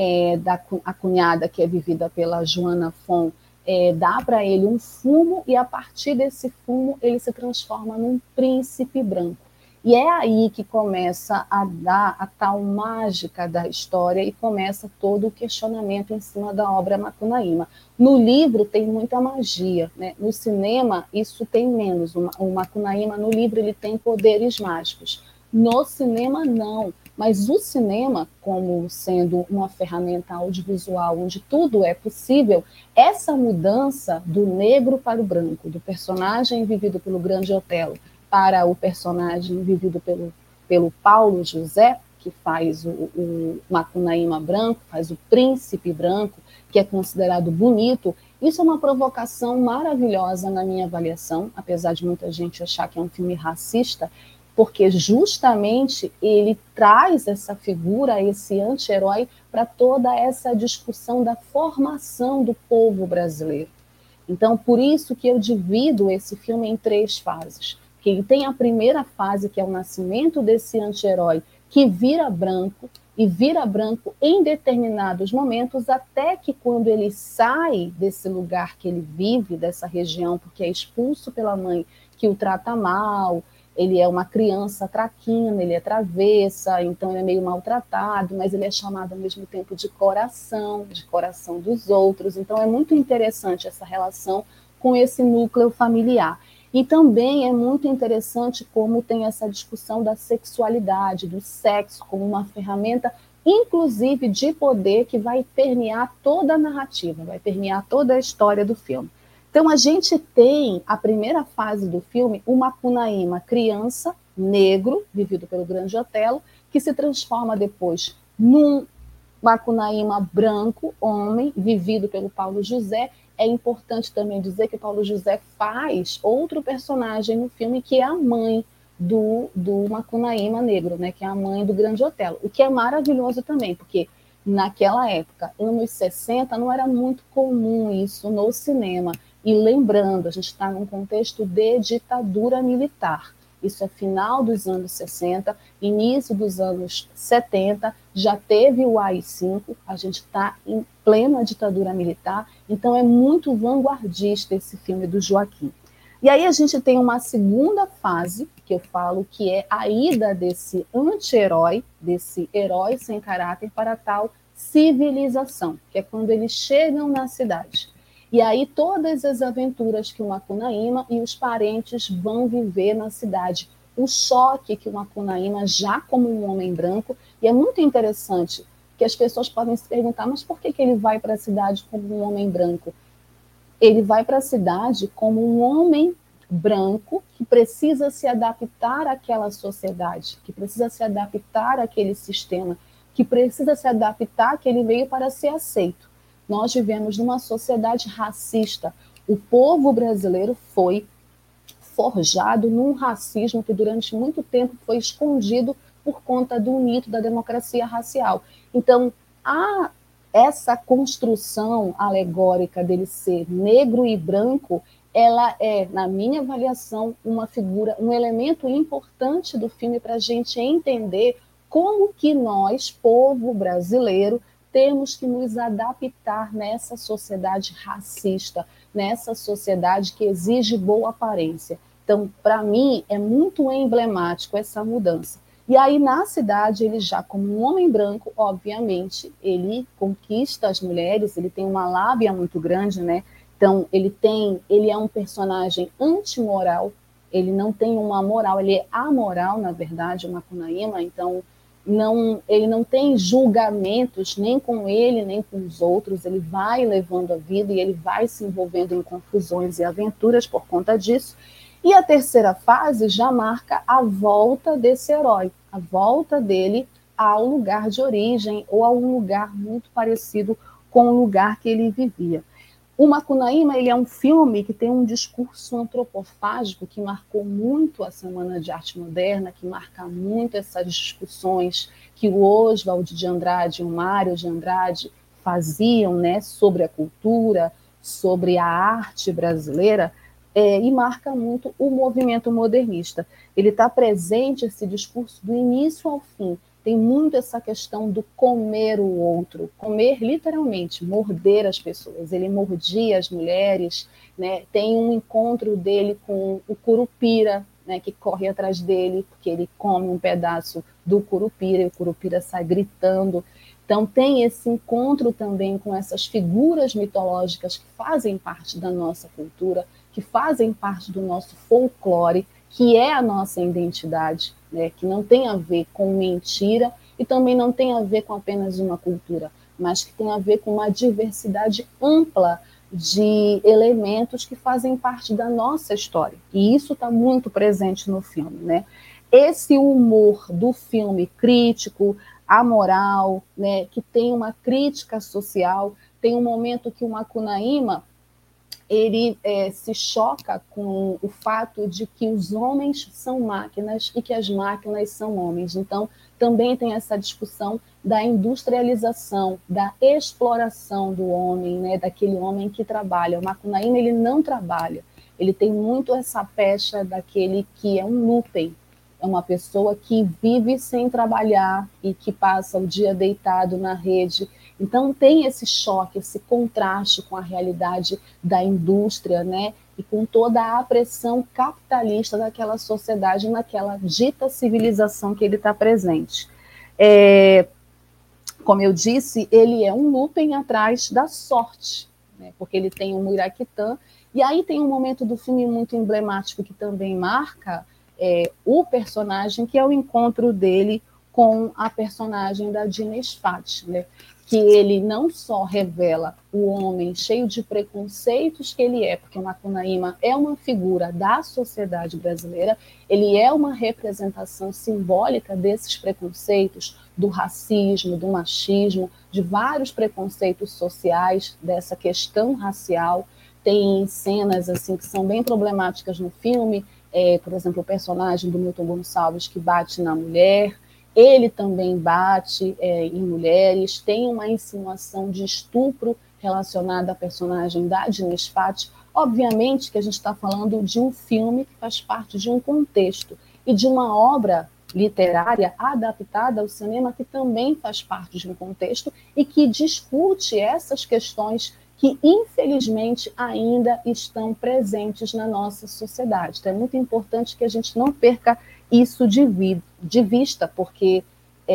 a cunhada, que é vivida pela Joana Fon, dá para ele um fumo, e a partir desse fumo ele se transforma num príncipe branco. E é aí que começa a dar a tal mágica da história e começa todo o questionamento em cima da obra Macunaíma. No livro tem muita magia, né? No cinema isso tem menos. O Macunaíma, no livro, ele tem poderes mágicos. No cinema, não. Mas o cinema, como sendo uma ferramenta audiovisual onde tudo é possível, essa mudança do negro para o branco, do personagem vivido pelo Grande Otelo para o personagem vivido pelo Paulo José, que faz o Macunaíma branco, faz o príncipe branco, que é considerado bonito, isso é uma provocação maravilhosa na minha avaliação, apesar de muita gente achar que é um filme racista, porque justamente ele traz essa figura, esse anti-herói, para toda essa discussão da formação do povo brasileiro. Então, por isso que eu divido esse filme em 3 fases. Que ele tem a primeira fase, que é o nascimento desse anti-herói, que vira branco, e vira branco em determinados momentos, até que quando ele sai desse lugar que ele vive, dessa região, porque é expulso pela mãe que o trata mal, ele é uma criança traquina, ele é travessa, então ele é meio maltratado, mas ele é chamado ao mesmo tempo de coração dos outros. Então é muito interessante essa relação com esse núcleo familiar. E também é muito interessante como tem essa discussão da sexualidade, do sexo, como uma ferramenta, inclusive de poder, que vai permear toda a narrativa, vai permear toda a história do filme. Então a gente tem a primeira fase do filme, o Macunaíma, criança, negro, vivido pelo Grande Otelo, que se transforma depois num Macunaíma branco, homem, vivido pelo Paulo José. É importante também dizer que o Paulo José faz outro personagem no filme, que é a mãe do Macunaíma negro, né, que é a mãe do Grande Otelo, o que é maravilhoso também, porque naquela época, anos 60, não era muito comum isso no cinema. E lembrando, a gente está num contexto de ditadura militar. Isso é final dos anos 60, início dos anos 70, já teve o AI-5, a gente está em plena ditadura militar, então é muito vanguardista esse filme do Joaquim. E aí a gente tem uma segunda fase, que eu falo que é a ida desse anti-herói, desse herói sem caráter, para a tal civilização, que é quando eles chegam na cidade. E aí todas as aventuras que o Macunaíma e os parentes vão viver na cidade. O choque que o Macunaíma, já como um homem branco, e é muito interessante que as pessoas podem se perguntar, mas por que ele vai para a cidade como um homem branco? Ele vai para a cidade como um homem branco que precisa se adaptar àquela sociedade, que precisa se adaptar àquele sistema, que precisa se adaptar àquele meio para ser aceito. Nós vivemos numa sociedade racista. O povo brasileiro foi forjado num racismo que durante muito tempo foi escondido por conta do mito da democracia racial. Então, essa construção alegórica dele ser negro e branco, ela é, na minha avaliação, uma figura, um elemento importante do filme para a gente entender como que nós, povo brasileiro, temos que nos adaptar nessa sociedade racista, nessa sociedade que exige boa aparência. Então, para mim, é muito emblemático essa mudança. E aí, na cidade, ele já como um homem branco, obviamente, ele conquista as mulheres, ele tem uma lábia muito grande, né? Então, ele é um personagem antimoral, ele não tem uma moral, ele é amoral, na verdade, o Macunaíma, então ele não tem julgamentos nem com ele, nem com os outros, ele vai levando a vida e ele vai se envolvendo em confusões e aventuras por conta disso. E a terceira fase já marca a volta desse herói, a volta dele ao lugar de origem ou a um lugar muito parecido com o lugar que ele vivia. O Macunaíma, ele é um filme que tem um discurso antropofágico que marcou muito a Semana de Arte Moderna, que marca muito essas discussões que o Oswald de Andrade e o Mário de Andrade faziam, né, sobre a cultura, sobre a arte brasileira, e marca muito o movimento modernista. Ele está presente, esse discurso, do início ao fim. Tem muito essa questão do comer o outro, comer literalmente, morder as pessoas. Ele mordia as mulheres, né? Tem um encontro dele com o Curupira, né, que corre atrás dele, porque ele come um pedaço do Curupira e o Curupira sai gritando. Então tem esse encontro também com essas figuras mitológicas que fazem parte da nossa cultura, que fazem parte do nosso folclore, que é a nossa identidade, né, que não tem a ver com mentira e também não tem a ver com apenas uma cultura, mas que tem a ver com uma diversidade ampla de elementos que fazem parte da nossa história. E isso está muito presente no filme, né? Esse humor do filme crítico, amoral, né, que tem uma crítica social, tem um momento que o Macunaíma ele se choca com o fato de que os homens são máquinas e que as máquinas são homens. Então, também tem essa discussão da industrialização, da exploração do homem, né, daquele homem que trabalha. O Macunaíma, ele não trabalha, ele tem muito essa pecha daquele que é um lumpen, é uma pessoa que vive sem trabalhar e que passa o dia deitado na rede. Então tem esse choque, esse contraste com a realidade da indústria, né? E com toda a pressão capitalista daquela sociedade, naquela dita civilização que ele está presente. Como eu disse, ele é um lumpen atrás da sorte, né? Porque ele tem um Muraquitã, e aí tem um momento do filme muito emblemático que também marca o personagem, que é o encontro dele com a personagem da Dina Sfat, né? Que ele não só revela o homem cheio de preconceitos que ele é, porque o Macunaíma é uma figura da sociedade brasileira, ele é uma representação simbólica desses preconceitos, do racismo, do machismo, de vários preconceitos sociais, dessa questão racial. Tem cenas assim que são bem problemáticas no filme, por exemplo, o personagem do Milton Gonçalves que bate na mulher, ele também bate em mulheres, tem uma insinuação de estupro relacionada à personagem da Dina Sfat. Obviamente que a gente está falando de um filme que faz parte de um contexto e de uma obra literária adaptada ao cinema que também faz parte de um contexto e que discute essas questões que, infelizmente, ainda estão presentes na nossa sociedade. Então, é muito importante que a gente não perca isso de vista, porque,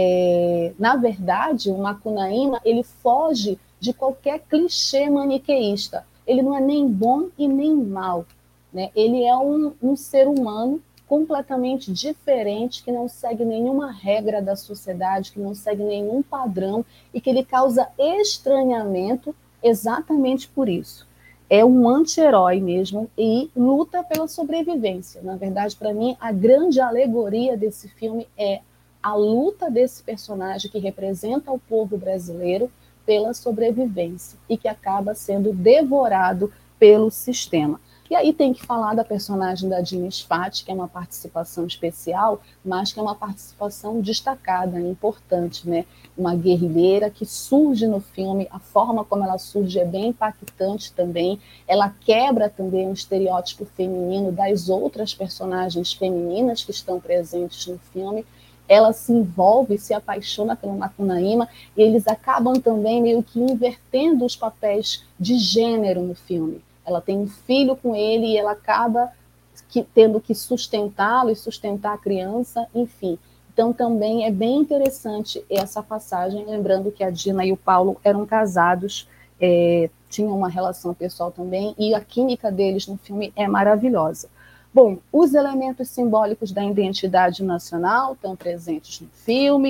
na verdade, o Macunaíma, ele foge de qualquer clichê maniqueísta. Ele não é nem bom e nem mal, né? Ele é um ser humano completamente diferente, que não segue nenhuma regra da sociedade, que não segue nenhum padrão e que ele causa estranhamento exatamente por isso. É um anti-herói mesmo e luta pela sobrevivência. Na verdade, para mim, a grande alegoria desse filme é a luta desse personagem que representa o povo brasileiro pela sobrevivência e que acaba sendo devorado pelo sistema. E aí tem que falar da personagem da Dina Sfat, que é uma participação especial, mas que é uma participação destacada, importante, né? Uma guerrilheira que surge no filme, a forma como ela surge é bem impactante também, ela quebra também um estereótipo feminino das outras personagens femininas que estão presentes no filme, ela se envolve, se apaixona pelo Macunaíma, e eles acabam também meio que invertendo os papéis de gênero no filme. Ela tem um filho com ele e ela acaba tendo que sustentá-lo e sustentar a criança, enfim. Então também é bem interessante essa passagem, lembrando que a Dina e o Paulo eram casados, tinham uma relação pessoal também, e a química deles no filme é maravilhosa. Bom, os elementos simbólicos da identidade nacional estão presentes no filme,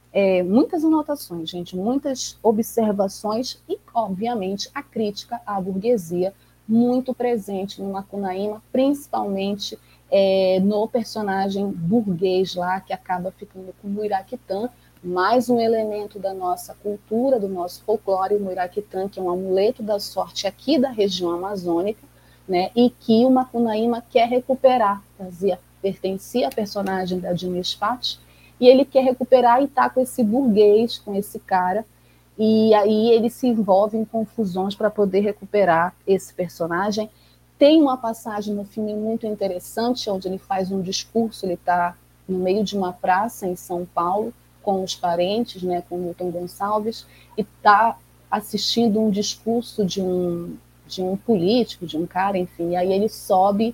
muitas anotações, gente, muitas observações e, obviamente, a crítica à burguesia muito presente no Macunaíma, principalmente no personagem burguês lá, que acaba ficando com o Muiraquitã, mais um elemento da nossa cultura, do nosso folclore, o Muiraquitã, que é um amuleto da sorte aqui da região amazônica, né, e que o Macunaíma quer recuperar, pertencia à personagem da Diniz Fati, e ele quer recuperar e está com esse burguês, com esse cara, e aí ele se envolve em confusões para poder recuperar esse personagem. Tem uma passagem no filme muito interessante, onde ele faz um discurso, ele está no meio de uma praça em São Paulo, com os parentes, né, com o Milton Gonçalves, e está assistindo um discurso de um político, de um cara, enfim, e aí ele sobe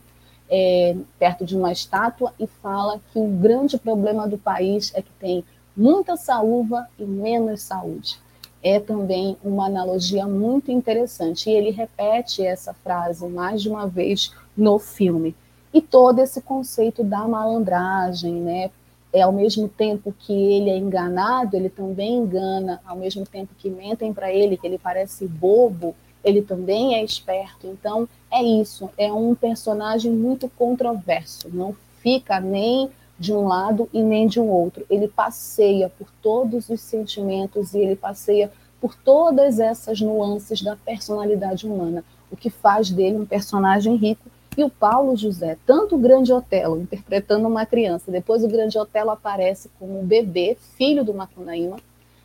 perto de uma estátua e fala que o grande problema do país é que tem muita saúva e menos saúde. É também uma analogia muito interessante, e ele repete essa frase mais de uma vez no filme. E todo esse conceito da malandragem, né? Ao mesmo tempo que ele é enganado, ele também engana, ao mesmo tempo que mentem para ele, que ele parece bobo, ele também é esperto. Então, é isso, é um personagem muito controverso, não fica nem de um lado e nem de um outro. Ele passeia por todos os sentimentos e ele passeia por todas essas nuances da personalidade humana, o que faz dele um personagem rico. E o Paulo José, tanto o Grande Otelo, interpretando uma criança, depois o Grande Otelo aparece como um bebê, filho do Macunaíma,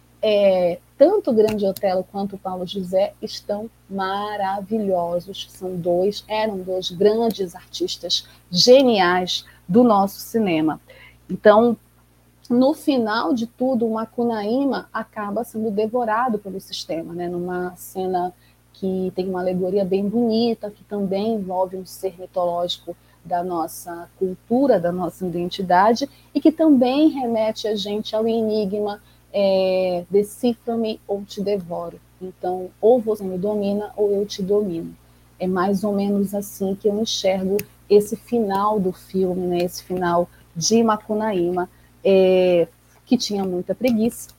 tanto o Grande Otelo quanto o Paulo José estão maravilhosos, eram dois grandes artistas geniais do nosso cinema. Então, no final de tudo, o Macunaíma acaba sendo devorado pelo sistema, né? Numa cena que tem uma alegoria bem bonita, que também envolve um ser mitológico da nossa cultura, da nossa identidade, e que também remete a gente ao enigma decifra-me ou te devoro. Então, ou você me domina ou eu te domino. É mais ou menos assim que eu enxergo esse final do filme, né? Esse final de Macunaíma, que tinha muita preguiça,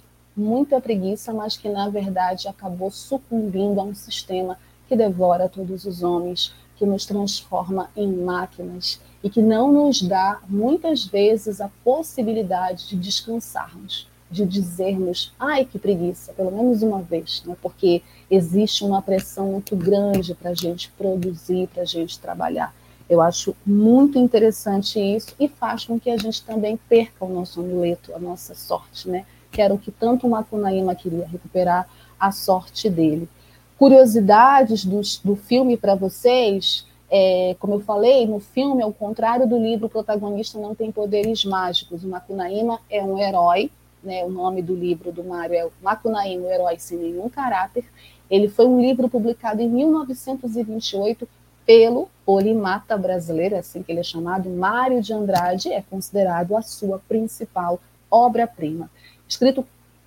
mas que, na verdade, acabou sucumbindo a um sistema que devora todos os homens, que nos transforma em máquinas e que não nos dá, muitas vezes, a possibilidade de descansarmos, de dizermos, ai, que preguiça, pelo menos uma vez, né? Porque existe uma pressão muito grande para a gente produzir, para a gente trabalhar. Eu acho muito interessante isso e faz com que a gente também perca o nosso amuleto, a nossa sorte, né? Que era o que tanto o Macunaíma queria, recuperar a sorte dele. Curiosidades do filme para vocês, como eu falei, no filme, ao contrário do livro, o protagonista não tem poderes mágicos. O Macunaíma é um herói, né? O nome do livro do Mário é Macunaíma, o herói sem nenhum caráter. Ele foi um livro publicado em 1928 pelo polimata brasileiro, assim que ele é chamado, Mário de Andrade, é considerado a sua principal obra-prima. Escrito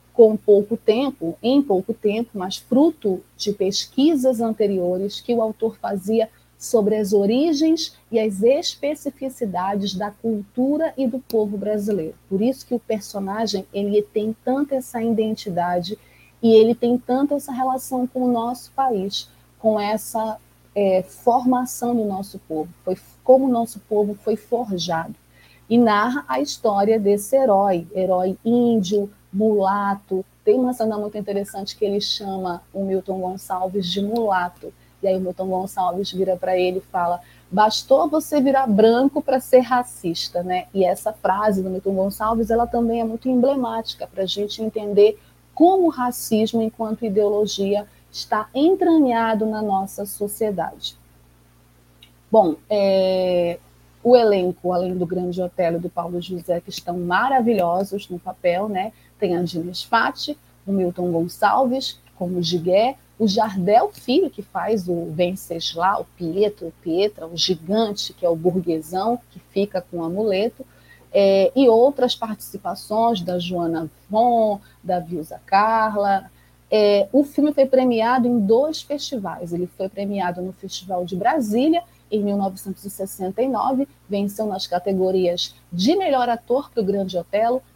em pouco tempo, mas fruto de pesquisas anteriores que o autor fazia sobre as origens e as especificidades da cultura e do povo brasileiro. Por isso que o personagem ele tem tanta essa identidade e ele tem tanta essa relação com o nosso país, com essa formação do nosso povo, foi como o nosso povo foi forjado. E narra a história desse herói índio, mulato. Tem uma cena muito interessante que ele chama o Milton Gonçalves de mulato. E aí o Milton Gonçalves vira para ele e fala: bastou você virar branco para ser racista, né? E essa frase do Milton Gonçalves, ela também é muito emblemática para a gente entender como o racismo, enquanto ideologia, está entranhado na nossa sociedade. Bom, o elenco, além do Grande Otelo e do Paulo José, que estão maravilhosos no papel, né? Tem a Diniz Fati, o Milton Gonçalves, como Gigué, o Jardel Filho, que faz o Venceslau, o Pietra, o gigante, que é o burguesão, que fica com o amuleto, e outras participações da Joana Von, da Vilza Carla. O filme foi premiado em 2 festivais. Ele foi premiado no Festival de Brasília, em 1969, venceu nas categorias de melhor ator para o Grande Otelo,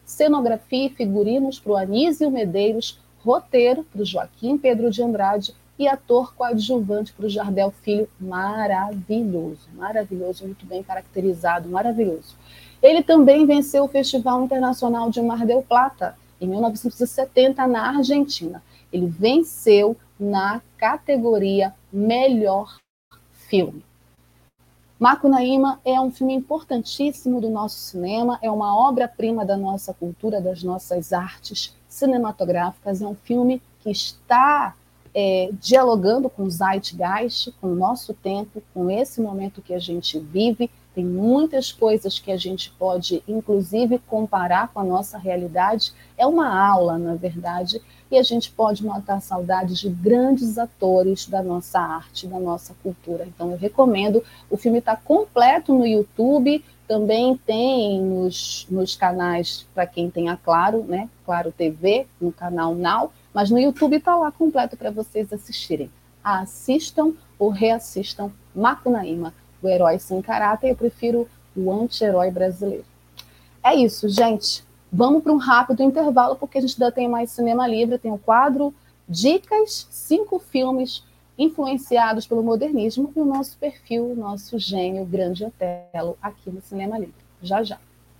cenografia e figurinos para o Anísio Medeiros, roteiro para o Joaquim Pedro de Andrade e ator coadjuvante para o Jardel Filho, maravilhoso, maravilhoso, muito bem caracterizado, maravilhoso. Ele também venceu o Festival Internacional de Mar del Plata, em 1970, na Argentina. Ele venceu na categoria Melhor Filme. Macunaíma é um filme importantíssimo do nosso cinema, é uma obra-prima da nossa cultura, das nossas artes cinematográficas, é um filme que está dialogando com o Zeitgeist, com o nosso tempo, com esse momento que a gente vive. Tem muitas coisas que a gente pode, inclusive, comparar com a nossa realidade. É uma aula, na verdade, e a gente pode matar saudades de grandes atores da nossa arte, da nossa cultura. Então, eu recomendo. O filme está completo no YouTube, também tem nos canais, para quem tem a Claro, né? Claro TV, no canal Now, mas no YouTube está lá completo para vocês assistirem. Assistam ou reassistam Macunaíma, o herói sem caráter. Eu prefiro o anti-herói brasileiro. É isso, gente. Vamos para um rápido intervalo, porque a gente ainda tem mais Cinema Livre. Tem o quadro Dicas, 5 filmes influenciados pelo modernismo e o nosso perfil, o nosso gênio, grande Otelo, aqui no Cinema Livre. Já, já.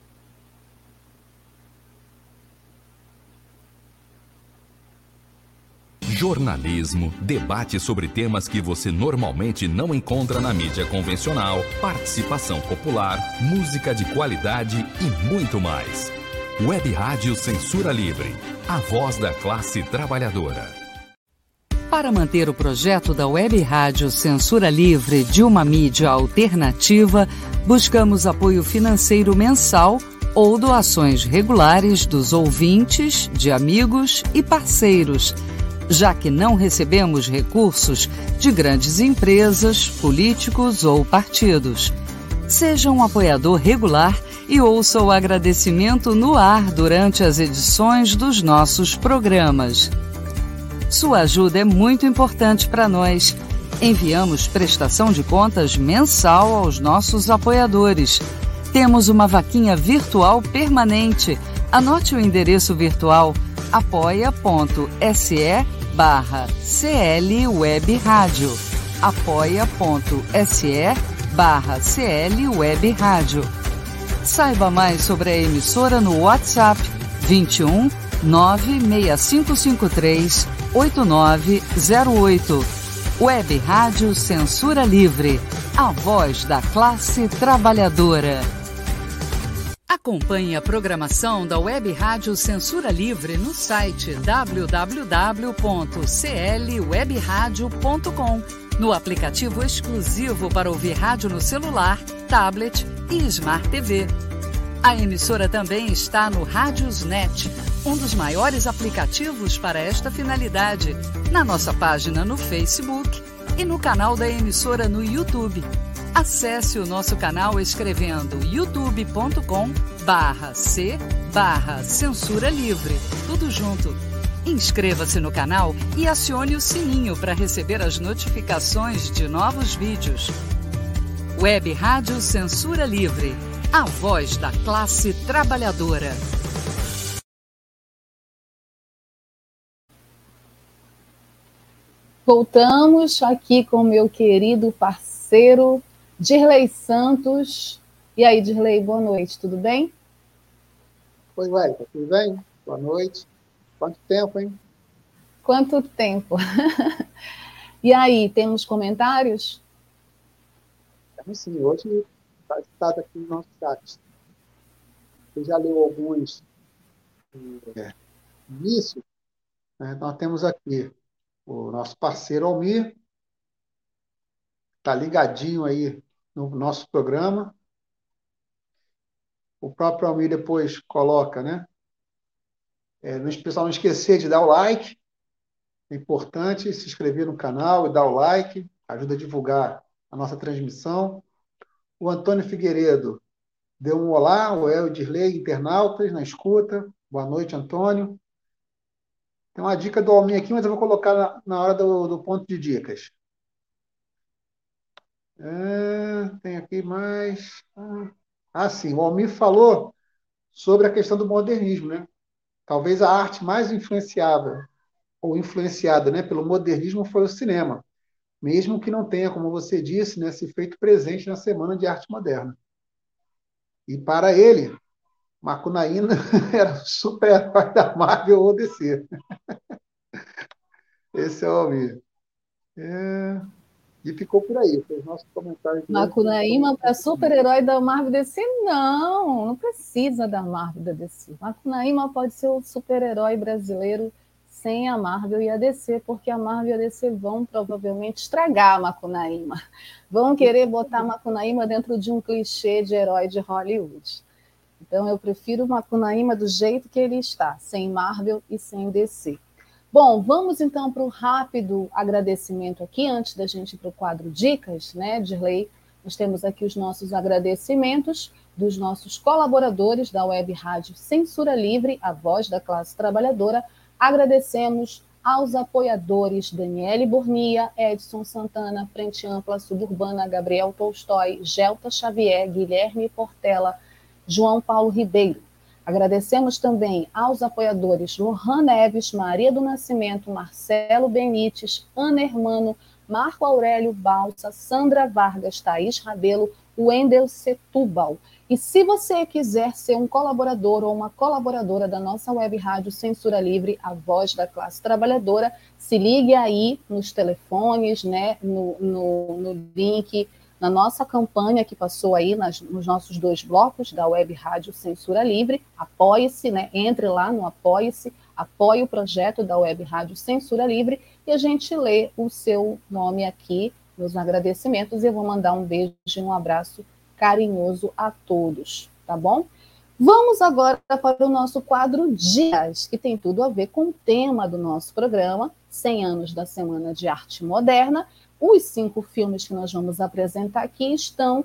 Jornalismo, debate sobre temas que você normalmente não encontra na mídia convencional, participação popular, música de qualidade e muito mais. Web Rádio Censura Livre, a voz da classe trabalhadora. Para manter o projeto da Web Rádio Censura Livre de uma mídia alternativa, buscamos apoio financeiro mensal ou doações regulares dos ouvintes, de amigos e parceiros, já que não recebemos recursos de grandes empresas, políticos ou partidos. Seja um apoiador regular e ouça o agradecimento no ar durante as edições dos nossos programas. Sua ajuda é muito importante para nós. Enviamos prestação de contas mensal aos nossos apoiadores. Temos uma vaquinha virtual permanente. Anote o endereço virtual apoia.se/CL Web Rádio. apoia.se/CL Web Rádio. Saiba mais sobre a emissora no WhatsApp 21 96553 8908. Web Rádio Censura Livre, a voz da classe trabalhadora. Acompanhe a programação da Web Rádio Censura Livre no site www.clwebradio.com, no aplicativo exclusivo para ouvir rádio no celular, tablet e Smart TV. A emissora também está no Radiosnet, um dos maiores aplicativos para esta finalidade, na nossa página no Facebook e no canal da emissora no YouTube. Acesse o nosso canal escrevendo youtube.com/c/censura livre, tudo junto. Inscreva-se no canal e acione o sininho para receber as notificações de novos vídeos. Web Rádio Censura Livre, a voz da classe trabalhadora. Voltamos aqui com meu querido parceiro Dirley Santos. E aí, Dirley, boa noite, tudo bem? Oi, Wellington, tudo bem? Boa noite. Quanto tempo, hein? Quanto tempo? E aí, temos comentários? Temos sim, hoje está citado aqui no nosso chat. Você já leu alguns início, né? Nós temos aqui o nosso parceiro Almir, está ligadinho aí no nosso programa. O próprio Almir depois coloca, né? Pessoal, não esquecer de dar o like. É importante se inscrever no canal e dar o like. Ajuda a divulgar a nossa transmissão. O Antônio Figueiredo deu um olá. O Dirley, internautas, na escuta. Boa noite, Antônio. Tem uma dica do Almir aqui, mas eu vou colocar na hora do ponto de dicas. Tem aqui mais... sim, o Almir falou sobre a questão do modernismo, né? Talvez a arte mais influenciável ou influenciada, né, pelo modernismo foi o cinema, mesmo que não tenha, como você disse, né, se feito presente na Semana de Arte Moderna. E para ele, Macunaíma era o super-herói da Marvel ou DC. Esse é o Almir. E ficou por aí. Foi os nossos comentários de hoje. Macunaíma para super-herói da Marvel DC? Não, não precisa da Marvel da DC. Macunaíma pode ser o super-herói brasileiro sem a Marvel e a DC, porque a Marvel e a DC vão provavelmente estragar a Macunaíma. Vão querer botar a Macunaíma dentro de um clichê de herói de Hollywood. Então eu prefiro o Macunaíma do jeito que ele está, sem Marvel e sem DC. Bom, vamos então para o rápido agradecimento aqui, antes da gente ir para o quadro Dicas, né, Dirley? Nós temos aqui os nossos agradecimentos dos nossos colaboradores da Web Rádio Censura Livre, a voz da classe trabalhadora. Agradecemos aos apoiadores Daniele Burnia, Edson Santana, Frente Ampla Suburbana, Gabriel Tolstói, Gelta Xavier, Guilherme Portela, João Paulo Ribeiro. Agradecemos também aos apoiadores Lohan Neves, Maria do Nascimento, Marcelo Benites, Ana Hermano, Marco Aurélio Balsa, Sandra Vargas, Thaís Rabelo, Wendel Setúbal. E se você quiser ser um colaborador ou uma colaboradora da nossa web rádio Censura Livre, a voz da classe trabalhadora, se ligue aí nos telefones, né, no link, na nossa campanha que passou aí nos nossos 2 blocos da Web Rádio Censura Livre. Apoie-se, né? Entre lá no Apoie-se, apoie o projeto da Web Rádio Censura Livre e a gente lê o seu nome aqui nos agradecimentos e eu vou mandar um beijo e um abraço carinhoso a todos, tá bom? Vamos agora para o nosso quadro Dias, que tem tudo a ver com o tema do nosso programa, 100 anos da Semana de Arte Moderna. Os 5 filmes que nós vamos apresentar aqui estão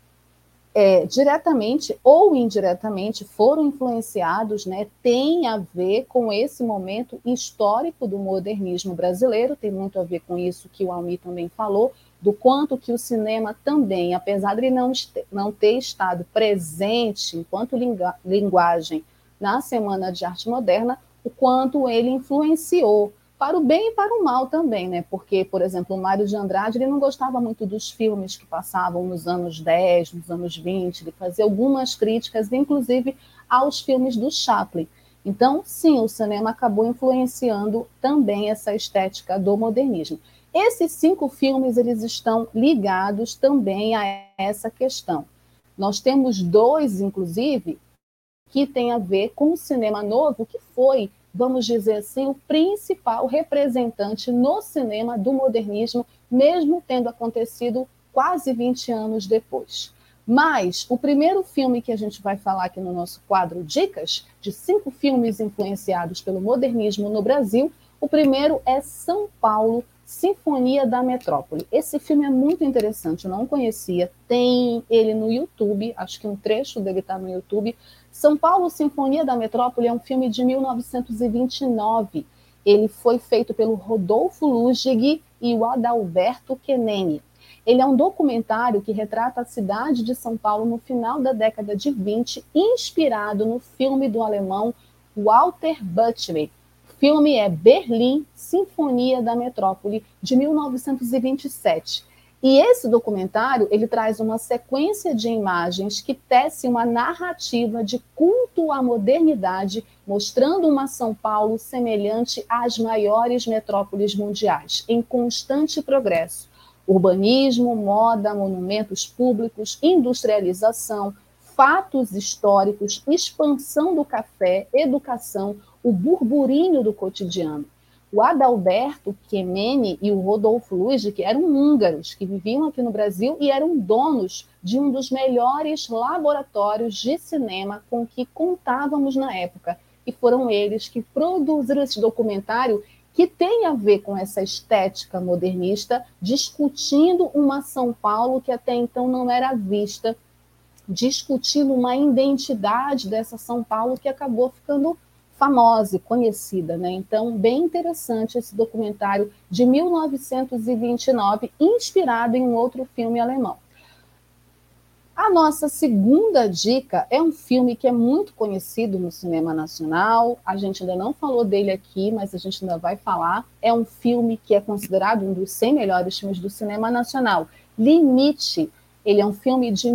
diretamente ou indiretamente, foram influenciados, né, tem a ver com esse momento histórico do modernismo brasileiro, tem muito a ver com isso que o Almir também falou, do quanto que o cinema também, apesar de ele não ter estado presente enquanto linguagem na Semana de Arte Moderna, o quanto ele influenciou para o bem e para o mal também, né? Porque, por exemplo, o Mário de Andrade, ele não gostava muito dos filmes que passavam nos anos 10, nos anos 20, ele fazia algumas críticas, inclusive aos filmes do Chaplin. Então, sim, o cinema acabou influenciando também essa estética do modernismo. Esses 5 filmes, eles estão ligados também a essa questão. Nós temos 2, inclusive, que tem a ver com o cinema novo, que foi, vamos dizer assim, o principal representante no cinema do modernismo, mesmo tendo acontecido quase 20 anos depois. Mas o primeiro filme que a gente vai falar aqui no nosso quadro Dicas, de 5 filmes influenciados pelo modernismo no Brasil, o primeiro é São Paulo, Sinfonia da Metrópole. Esse filme é muito interessante, eu não conhecia, tem ele no YouTube, acho que um trecho dele está no YouTube. São Paulo, Sinfonia da Metrópole é um filme de 1929. Ele foi feito pelo Rodolfo Ludig e o Adalberto Kenene. Ele é um documentário que retrata a cidade de São Paulo no final da década de 20, inspirado no filme do alemão Walter Butterweg. O filme é Berlim, Sinfonia da Metrópole, de 1927. E esse documentário, ele traz uma sequência de imagens que tece uma narrativa de culto à modernidade, mostrando uma São Paulo semelhante às maiores metrópoles mundiais, em constante progresso. Urbanismo, moda, monumentos públicos, industrialização, fatos históricos, expansão do café, educação, o burburinho do cotidiano. O Adalberto Kenene e o Rodolfo Ludig eram húngaros que viviam aqui no Brasil e eram donos de um dos melhores laboratórios de cinema com que contávamos na época. E foram eles que produziram esse documentário que tem a ver com essa estética modernista, discutindo uma São Paulo que até então não era vista, discutindo uma identidade dessa São Paulo que acabou ficando famosa e conhecida, né? Então, bem interessante esse documentário de 1929, inspirado em um outro filme alemão. A nossa segunda dica é um filme que é muito conhecido no cinema nacional. A gente ainda não falou dele aqui, mas a gente ainda vai falar. É um filme que é considerado um dos 100 melhores filmes do cinema nacional. Limite. Ele é um filme de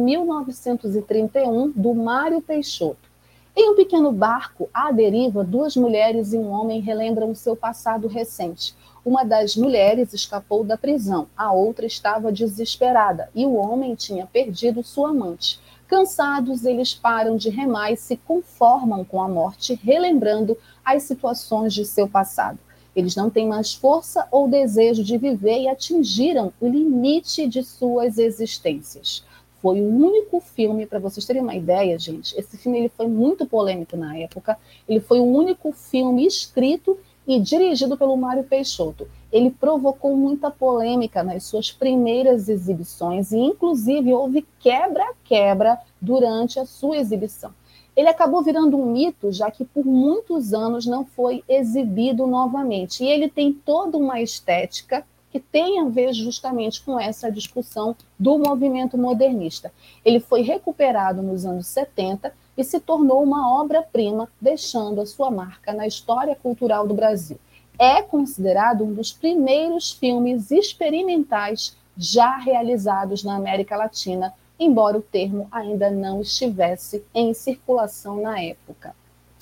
1931, do Mário Peixoto. Em um pequeno barco, à deriva, duas mulheres e um homem relembram o seu passado recente. Uma das mulheres escapou da prisão, a outra estava desesperada e o homem tinha perdido sua amante. Cansados, eles param de remar e se conformam com a morte, relembrando as situações de seu passado. Eles não têm mais força ou desejo de viver e atingiram o limite de suas existências. Foi o único filme, para vocês terem uma ideia, gente, esse filme ele foi muito polêmico na época, ele foi o único filme escrito e dirigido pelo Mário Peixoto. Ele provocou muita polêmica nas suas primeiras exibições e, inclusive, houve quebra-quebra durante a sua exibição. Ele acabou virando um mito, já que por muitos anos não foi exibido novamente. E ele tem toda uma estética que tem a ver justamente com essa discussão do movimento modernista. Ele foi recuperado nos anos 70 e se tornou uma obra-prima, deixando a sua marca na história cultural do Brasil. É considerado um dos primeiros filmes experimentais já realizados na América Latina, embora o termo ainda não estivesse em circulação na época.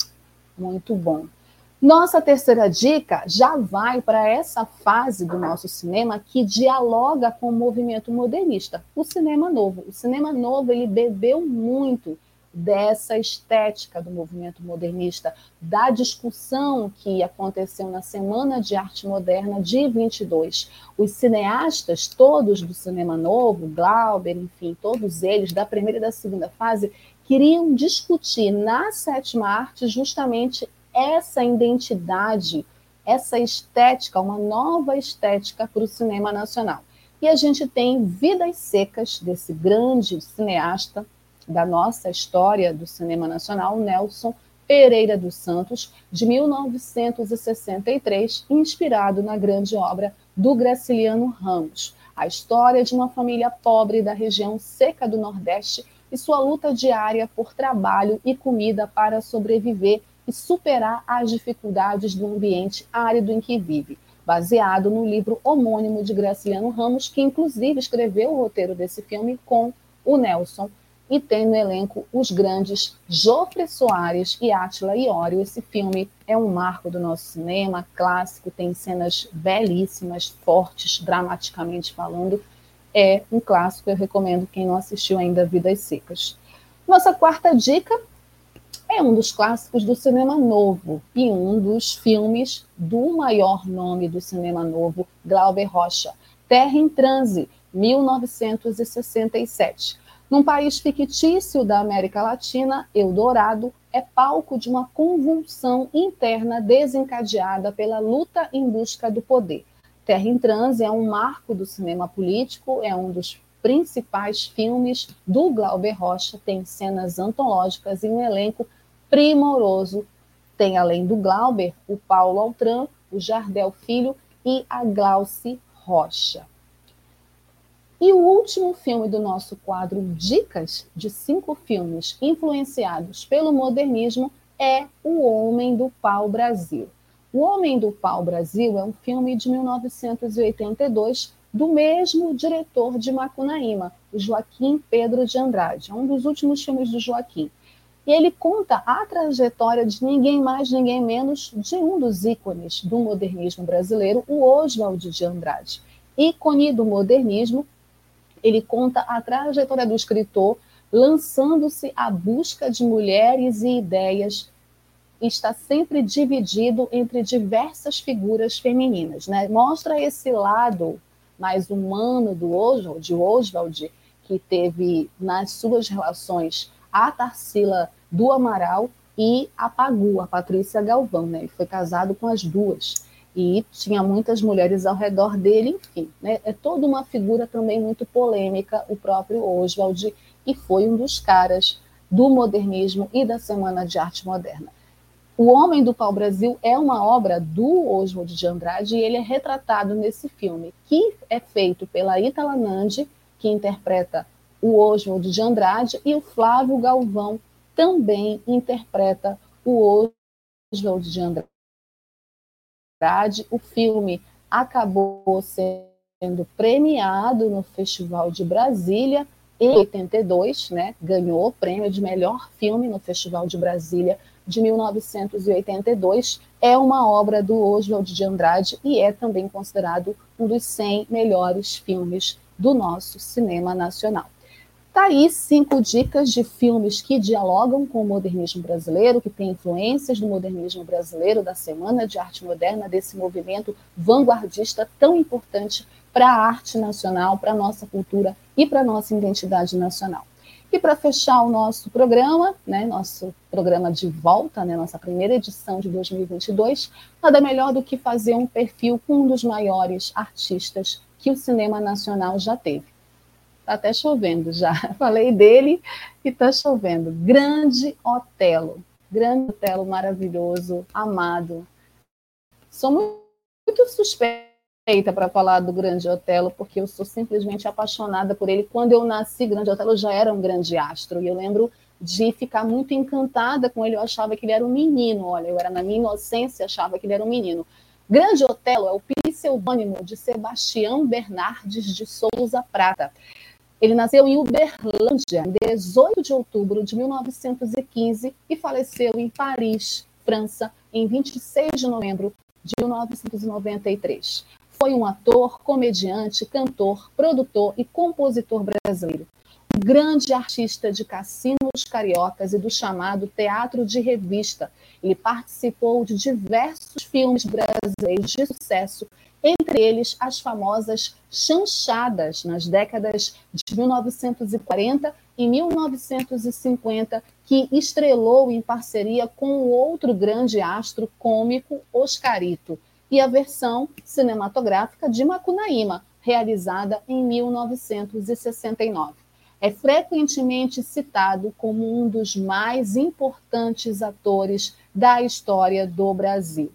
Muito bom. Nossa terceira dica já vai para essa fase do nosso cinema que dialoga com o movimento modernista, o cinema novo. O cinema novo ele bebeu muito dessa estética do movimento modernista, da discussão que aconteceu na Semana de Arte Moderna de 22. Os cineastas todos do cinema novo, Glauber, enfim, todos eles, da primeira e da segunda fase, queriam discutir na sétima arte justamente essa identidade, essa estética, uma nova estética para o cinema nacional. E a gente tem Vidas Secas, desse grande cineasta da nossa história do cinema nacional, Nelson Pereira dos Santos, de 1963, inspirado na grande obra do Graciliano Ramos. A história de uma família pobre da região seca do Nordeste e sua luta diária por trabalho e comida para sobreviver e superar as dificuldades do ambiente árido em que vive, baseado no livro homônimo de Graciliano Ramos, que inclusive escreveu o roteiro desse filme com o Nelson, e tem no elenco os grandes Jofre Soares e Átila Iório. Esse filme é um marco do nosso cinema, clássico, tem cenas belíssimas, fortes, dramaticamente falando. É um clássico, eu recomendo quem não assistiu ainda Vidas Secas. Nossa quarta dica é um dos clássicos do cinema novo e um dos filmes do maior nome do cinema novo, Glauber Rocha, Terra em Transe, 1967. Num país fictício da América Latina, Eldorado é palco de uma convulsão interna desencadeada pela luta em busca do poder. Terra em Transe é um marco do cinema político, é um dos principais filmes do Glauber Rocha, tem cenas antológicas e um elenco primoroso. Tem, além do Glauber, o Paulo Altran, o Jardel Filho e a Glauce Rocha. E o último filme do nosso quadro Dicas de 5 filmes influenciados pelo modernismo é O Homem do Pau-Brasil. O Homem do Pau-Brasil é um filme de 1982 do mesmo diretor de Macunaíma, o Joaquim Pedro de Andrade. É um dos últimos filmes do Joaquim. E ele conta a trajetória de ninguém mais, ninguém menos de um dos ícones do modernismo brasileiro, o Oswald de Andrade. Ícone do modernismo, ele conta a trajetória do escritor, lançando-se à busca de mulheres e ideias, e está sempre dividido entre diversas figuras femininas, né? Mostra esse lado mais humano do Oswald, que teve nas suas relações a Tarsila do Amaral e a Pagu, a Patrícia Galvão, né? Ele foi casado com as duas e tinha muitas mulheres ao redor dele, enfim, né? É toda uma figura também muito polêmica, o próprio Oswald, e foi um dos caras do modernismo e da Semana de Arte Moderna. O Homem do Pau-Brasil é uma obra do Oswald de Andrade e ele é retratado nesse filme, que é feito pela Ita Lanandi, que interpreta o Oswald de Andrade, e o Flávio Galvão também interpreta o Oswald de Andrade. O filme acabou sendo premiado no Festival de Brasília em 82, né? Ganhou o prêmio de melhor filme no Festival de Brasília de 1982. É uma obra do Oswald de Andrade e é também considerado um dos 100 melhores filmes do nosso cinema nacional. Tá aí 5 dicas de filmes que dialogam com o modernismo brasileiro, que têm influências do modernismo brasileiro, da Semana de Arte Moderna, desse movimento vanguardista tão importante para a arte nacional, para a nossa cultura e para a nossa identidade nacional. E para fechar o nosso programa, né, nosso programa de volta, né, nossa primeira edição de 2022, nada melhor do que fazer um perfil com um dos maiores artistas que o cinema nacional já teve. Está até chovendo já. Falei dele e está chovendo. Grande Otelo maravilhoso, amado. Sou muito suspeita para falar do Grande Otelo, porque eu sou simplesmente apaixonada por ele. Quando eu nasci, Grande Otelo já era um grande astro, e eu lembro de ficar muito encantada com ele. Eu achava que ele era um menino. Olha, eu era na minha inocência, achava que ele era um menino. Grande Otelo é o pseudônimo de Sebastião Bernardes de Souza Prata. Ele nasceu em Uberlândia, em 18 de outubro de 1915 e faleceu em Paris, França, em 26 de novembro de 1993. Foi um ator, comediante, cantor, produtor e compositor brasileiro. Um grande artista de cassinos cariocas e do chamado teatro de revista. Ele participou de diversos filmes brasileiros de sucesso, entre eles as famosas chanchadas nas décadas de 1940 e 1950, que estrelou em parceria com o outro grande astro cômico, Oscarito, e a versão cinematográfica de Macunaíma, realizada em 1969. É frequentemente citado como um dos mais importantes atores da história do Brasil.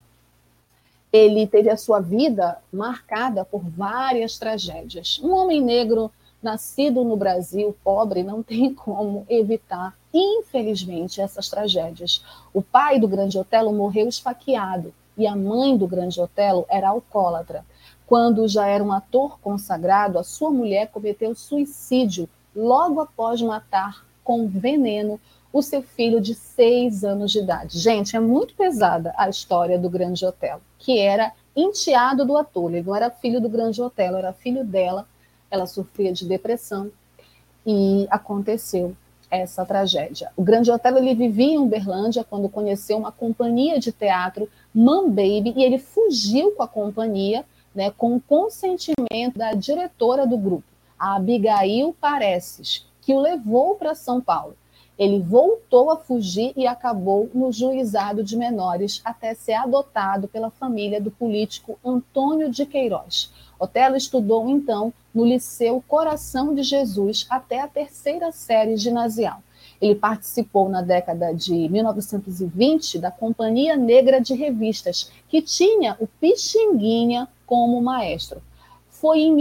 Ele teve a sua vida marcada por várias tragédias. Um homem negro nascido no Brasil, pobre, não tem como evitar, infelizmente, essas tragédias. O pai do Grande Otelo morreu esfaqueado e a mãe do Grande Otelo era alcoólatra. Quando já era um ator consagrado, a sua mulher cometeu suicídio logo após matar com veneno o seu filho de 6 anos de idade. Gente, é muito pesada a história do Grande Otelo, que era enteado do ator. Ele não era filho do Grande Otelo, era filho dela. Ela sofria de depressão e aconteceu essa tragédia. O Grande Otelo, ele vivia em Uberlândia quando conheceu uma companhia de teatro, Man Baby, e ele fugiu com a companhia, né, com o consentimento da diretora do grupo, a Abigail Pareces, que o levou para São Paulo. Ele voltou a fugir e acabou no juizado de menores até ser adotado pela família do político Antônio de Queiroz. Otelo estudou, então, no Liceu Coração de Jesus até a 3ª série ginasial. Ele participou na década de 1920 da Companhia Negra de Revistas, que tinha o Pixinguinha como maestro. Foi em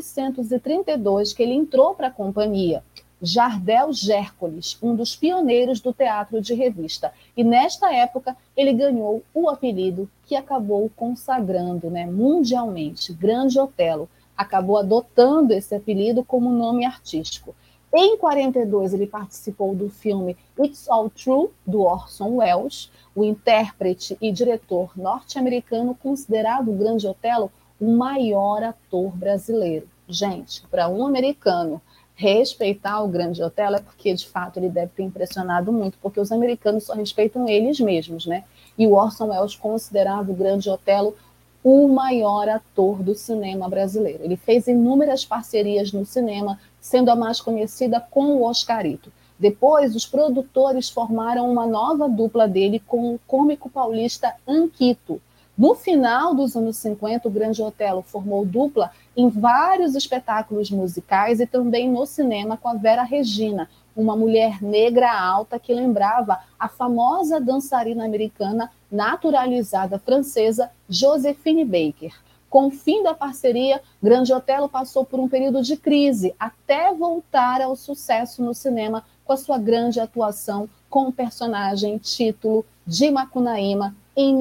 1932 que ele entrou para a companhia. Jardel Gércoles, um dos pioneiros do teatro de revista. E nesta época ele ganhou o apelido que acabou consagrando, né, mundialmente. Grande Otelo acabou adotando esse apelido como nome artístico. Em 42 ele participou do filme It's All True, do Orson Welles, o intérprete e diretor norte-americano considerado o Grande Otelo o maior ator brasileiro. Gente, para um americano respeitar o Grande Otelo é porque, de fato, ele deve ter impressionado muito, porque os americanos só respeitam eles mesmos, né? E o Orson Welles considerava o Grande Otelo o maior ator do cinema brasileiro. Ele fez inúmeras parcerias no cinema, sendo a mais conhecida com o Oscarito. Depois, os produtores formaram uma nova dupla dele com o cômico paulista Anquito. No final dos anos 50, o Grande Otelo formou dupla em vários espetáculos musicais e também no cinema com a Vera Regina, uma mulher negra alta que lembrava a famosa dançarina americana naturalizada francesa Josephine Baker. Com o fim da parceria, Grande Otelo passou por um período de crise, até voltar ao sucesso no cinema com a sua grande atuação com o personagem título de Macunaíma, em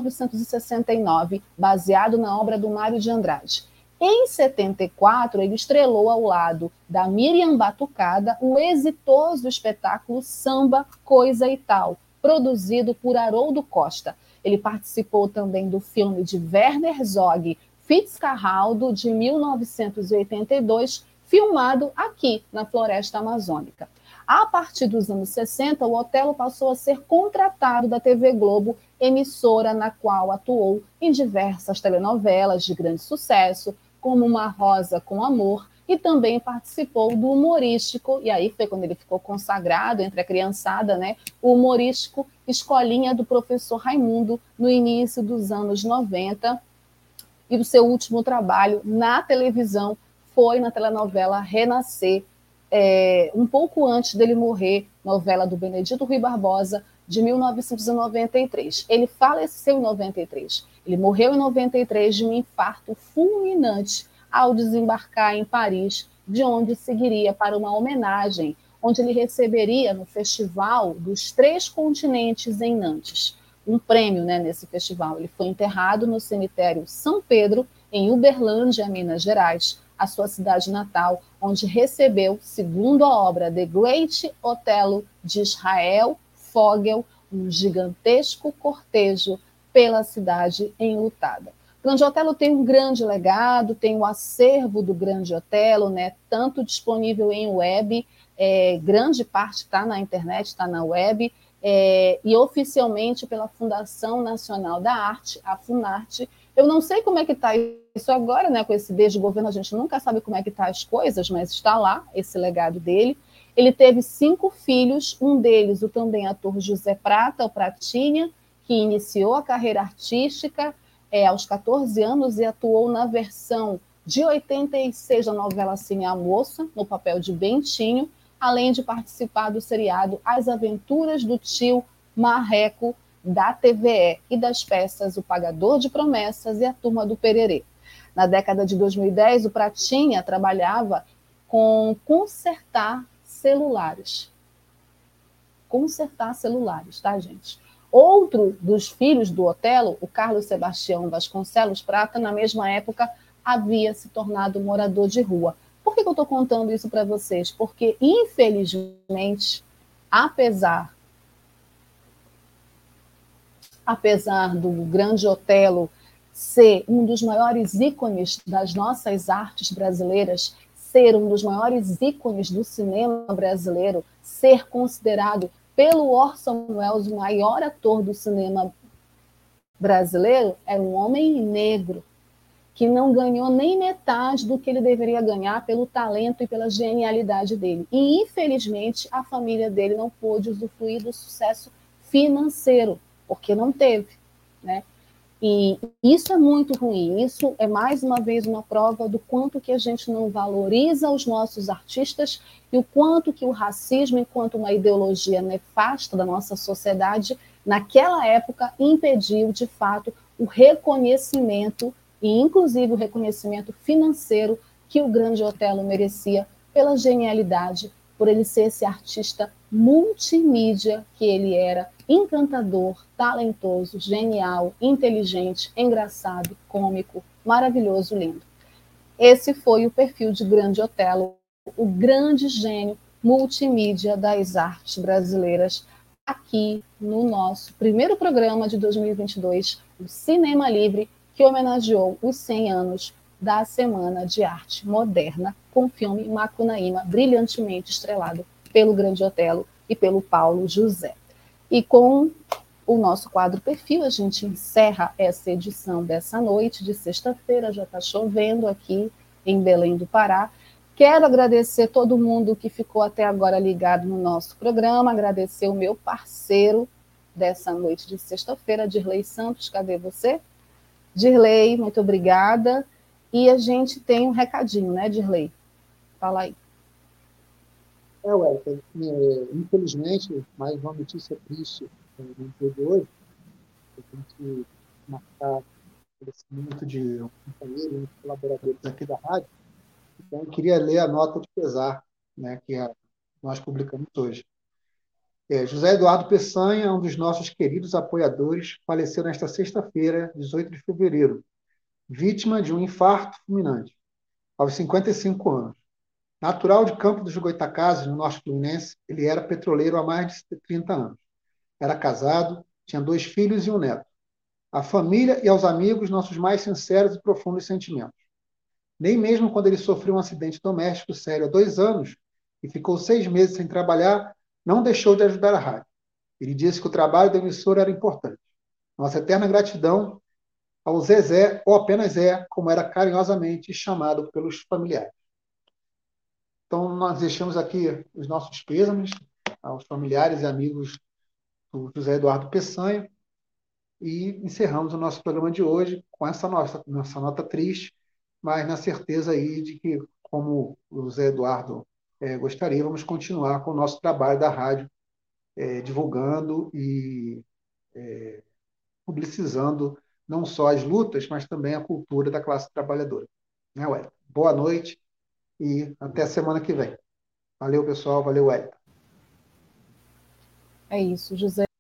1969, baseado na obra do Mário de Andrade. Em 74, ele estrelou ao lado da Miriam Batucada o exitoso espetáculo Samba, Coisa e Tal, produzido por Haroldo Costa. Ele participou também do filme de Werner Herzog, Fitzcarraldo, de 1982, filmado aqui na Floresta Amazônica. A partir dos anos 60, o Otelo passou a ser contratado da TV Globo, emissora na qual atuou em diversas telenovelas de grande sucesso, como Uma Rosa com Amor, e também participou do humorístico, e aí foi quando ele ficou consagrado entre a criançada, né? O humorístico Escolinha do Professor Raimundo, no início dos anos 90, e o seu último trabalho na televisão foi na telenovela Renascer, um pouco antes dele morrer, novela do Benedito Rui Barbosa, de 1993. Ele faleceu em 93. Ele morreu em 93 de um infarto fulminante ao desembarcar em Paris, de onde seguiria para uma homenagem, onde ele receberia no Festival dos Três Continentes em Nantes um prêmio, né, nesse festival. Ele foi enterrado no cemitério São Pedro, em Uberlândia, Minas Gerais, a sua cidade natal, onde recebeu, segundo a obra The Great Othello de Israel Fogel, um gigantesco cortejo pela cidade enlutada. O Grande Otelo tem um grande legado, tem o acervo do Grande Otelo, né, tanto disponível em web, grande parte está na internet, está na web, e oficialmente pela Fundação Nacional da Arte, a Funarte. Eu não sei como é que está isso agora, né? Com esse desgoverno, a gente nunca sabe como é que estão as coisas, mas está lá esse legado dele. Ele teve 5 filhos, um deles o também ator José Prata, o Pratinha, que iniciou a carreira artística aos 14 anos e atuou na versão de 86 da novela Assim é a Moça, no papel de Bentinho, além de participar do seriado As Aventuras do Tio Marreco, da TVE, e das peças O Pagador de Promessas e A Turma do Pererê. Na década de 2010, o Pratinha trabalhava com consertar celulares. Consertar celulares, tá, gente? Outro dos filhos do Otelo, o Carlos Sebastião Vasconcelos Prata, na mesma época, havia se tornado morador de rua. Por que eu estou contando isso para vocês? Porque, infelizmente, apesar do Grande Otelo ser um dos maiores ícones das nossas artes brasileiras, ser um dos maiores ícones do cinema brasileiro, ser considerado pelo Orson Welles o maior ator do cinema brasileiro, era um homem negro, que não ganhou nem metade do que ele deveria ganhar pelo talento e pela genialidade dele. E, infelizmente, a família dele não pôde usufruir do sucesso financeiro, porque não teve, né? E isso é muito ruim, isso é mais uma vez uma prova do quanto que a gente não valoriza os nossos artistas e o quanto que o racismo, enquanto uma ideologia nefasta da nossa sociedade, naquela época impediu, de fato, o reconhecimento e, inclusive, o reconhecimento financeiro que o Grande Otelo merecia pela genialidade, por ele ser esse artista multimídia que ele era, encantador, talentoso, genial, inteligente, engraçado, cômico, maravilhoso, lindo. Esse foi o perfil de Grande Otelo, o grande gênio multimídia das artes brasileiras, aqui no nosso primeiro programa de 2022, o Cinema Livre, que homenageou os 100 anos da Semana de Arte Moderna, com o filme Macunaíma, brilhantemente estrelado pelo Grande Otelo e pelo Paulo José. E com o nosso quadro Perfil, a gente encerra essa edição dessa noite de sexta-feira, já está chovendo aqui em Belém do Pará. Quero agradecer todo mundo que ficou até agora ligado no nosso programa, agradecer o meu parceiro dessa noite de sexta-feira, Dirley Santos, cadê você? Dirley, muito obrigada. E a gente tem um recadinho, né, Dirley? Fala aí. Welter, infelizmente, mais uma notícia triste no dia de hoje, a gente marcar o falecimento de um companheiros, muitos colaboradores aqui da rádio. Então, eu queria ler a nota de pesar, né, nós publicamos hoje. José Eduardo Peçanha, um dos nossos queridos apoiadores, faleceu nesta sexta-feira, 18 de fevereiro, vítima de um infarto fulminante, aos 55 anos. Natural de Campo dos Goytacazes, no norte fluminense, ele era petroleiro há mais de 30 anos. Era casado, tinha 2 filhos e um neto. À família e aos amigos, nossos mais sinceros e profundos sentimentos. Nem mesmo quando ele sofreu um acidente doméstico sério há 2 anos e ficou 6 meses sem trabalhar, não deixou de ajudar a rádio. Ele disse que o trabalho da emissora era importante. Nossa eterna gratidão ao Zezé, ou apenas Zé, como era carinhosamente chamado pelos familiares. Então, nós deixamos aqui os nossos pêsames aos familiares e amigos do José Eduardo Peçanha e encerramos o nosso programa de hoje com essa nossa nota triste, mas na certeza aí de que, como o José Eduardo gostaria, vamos continuar com o nosso trabalho da rádio, divulgando e publicizando não só as lutas, mas também a cultura da classe trabalhadora. Né, Wellington? Boa noite e até a semana que vem. Valeu, pessoal. Valeu, Wellington. É isso, José.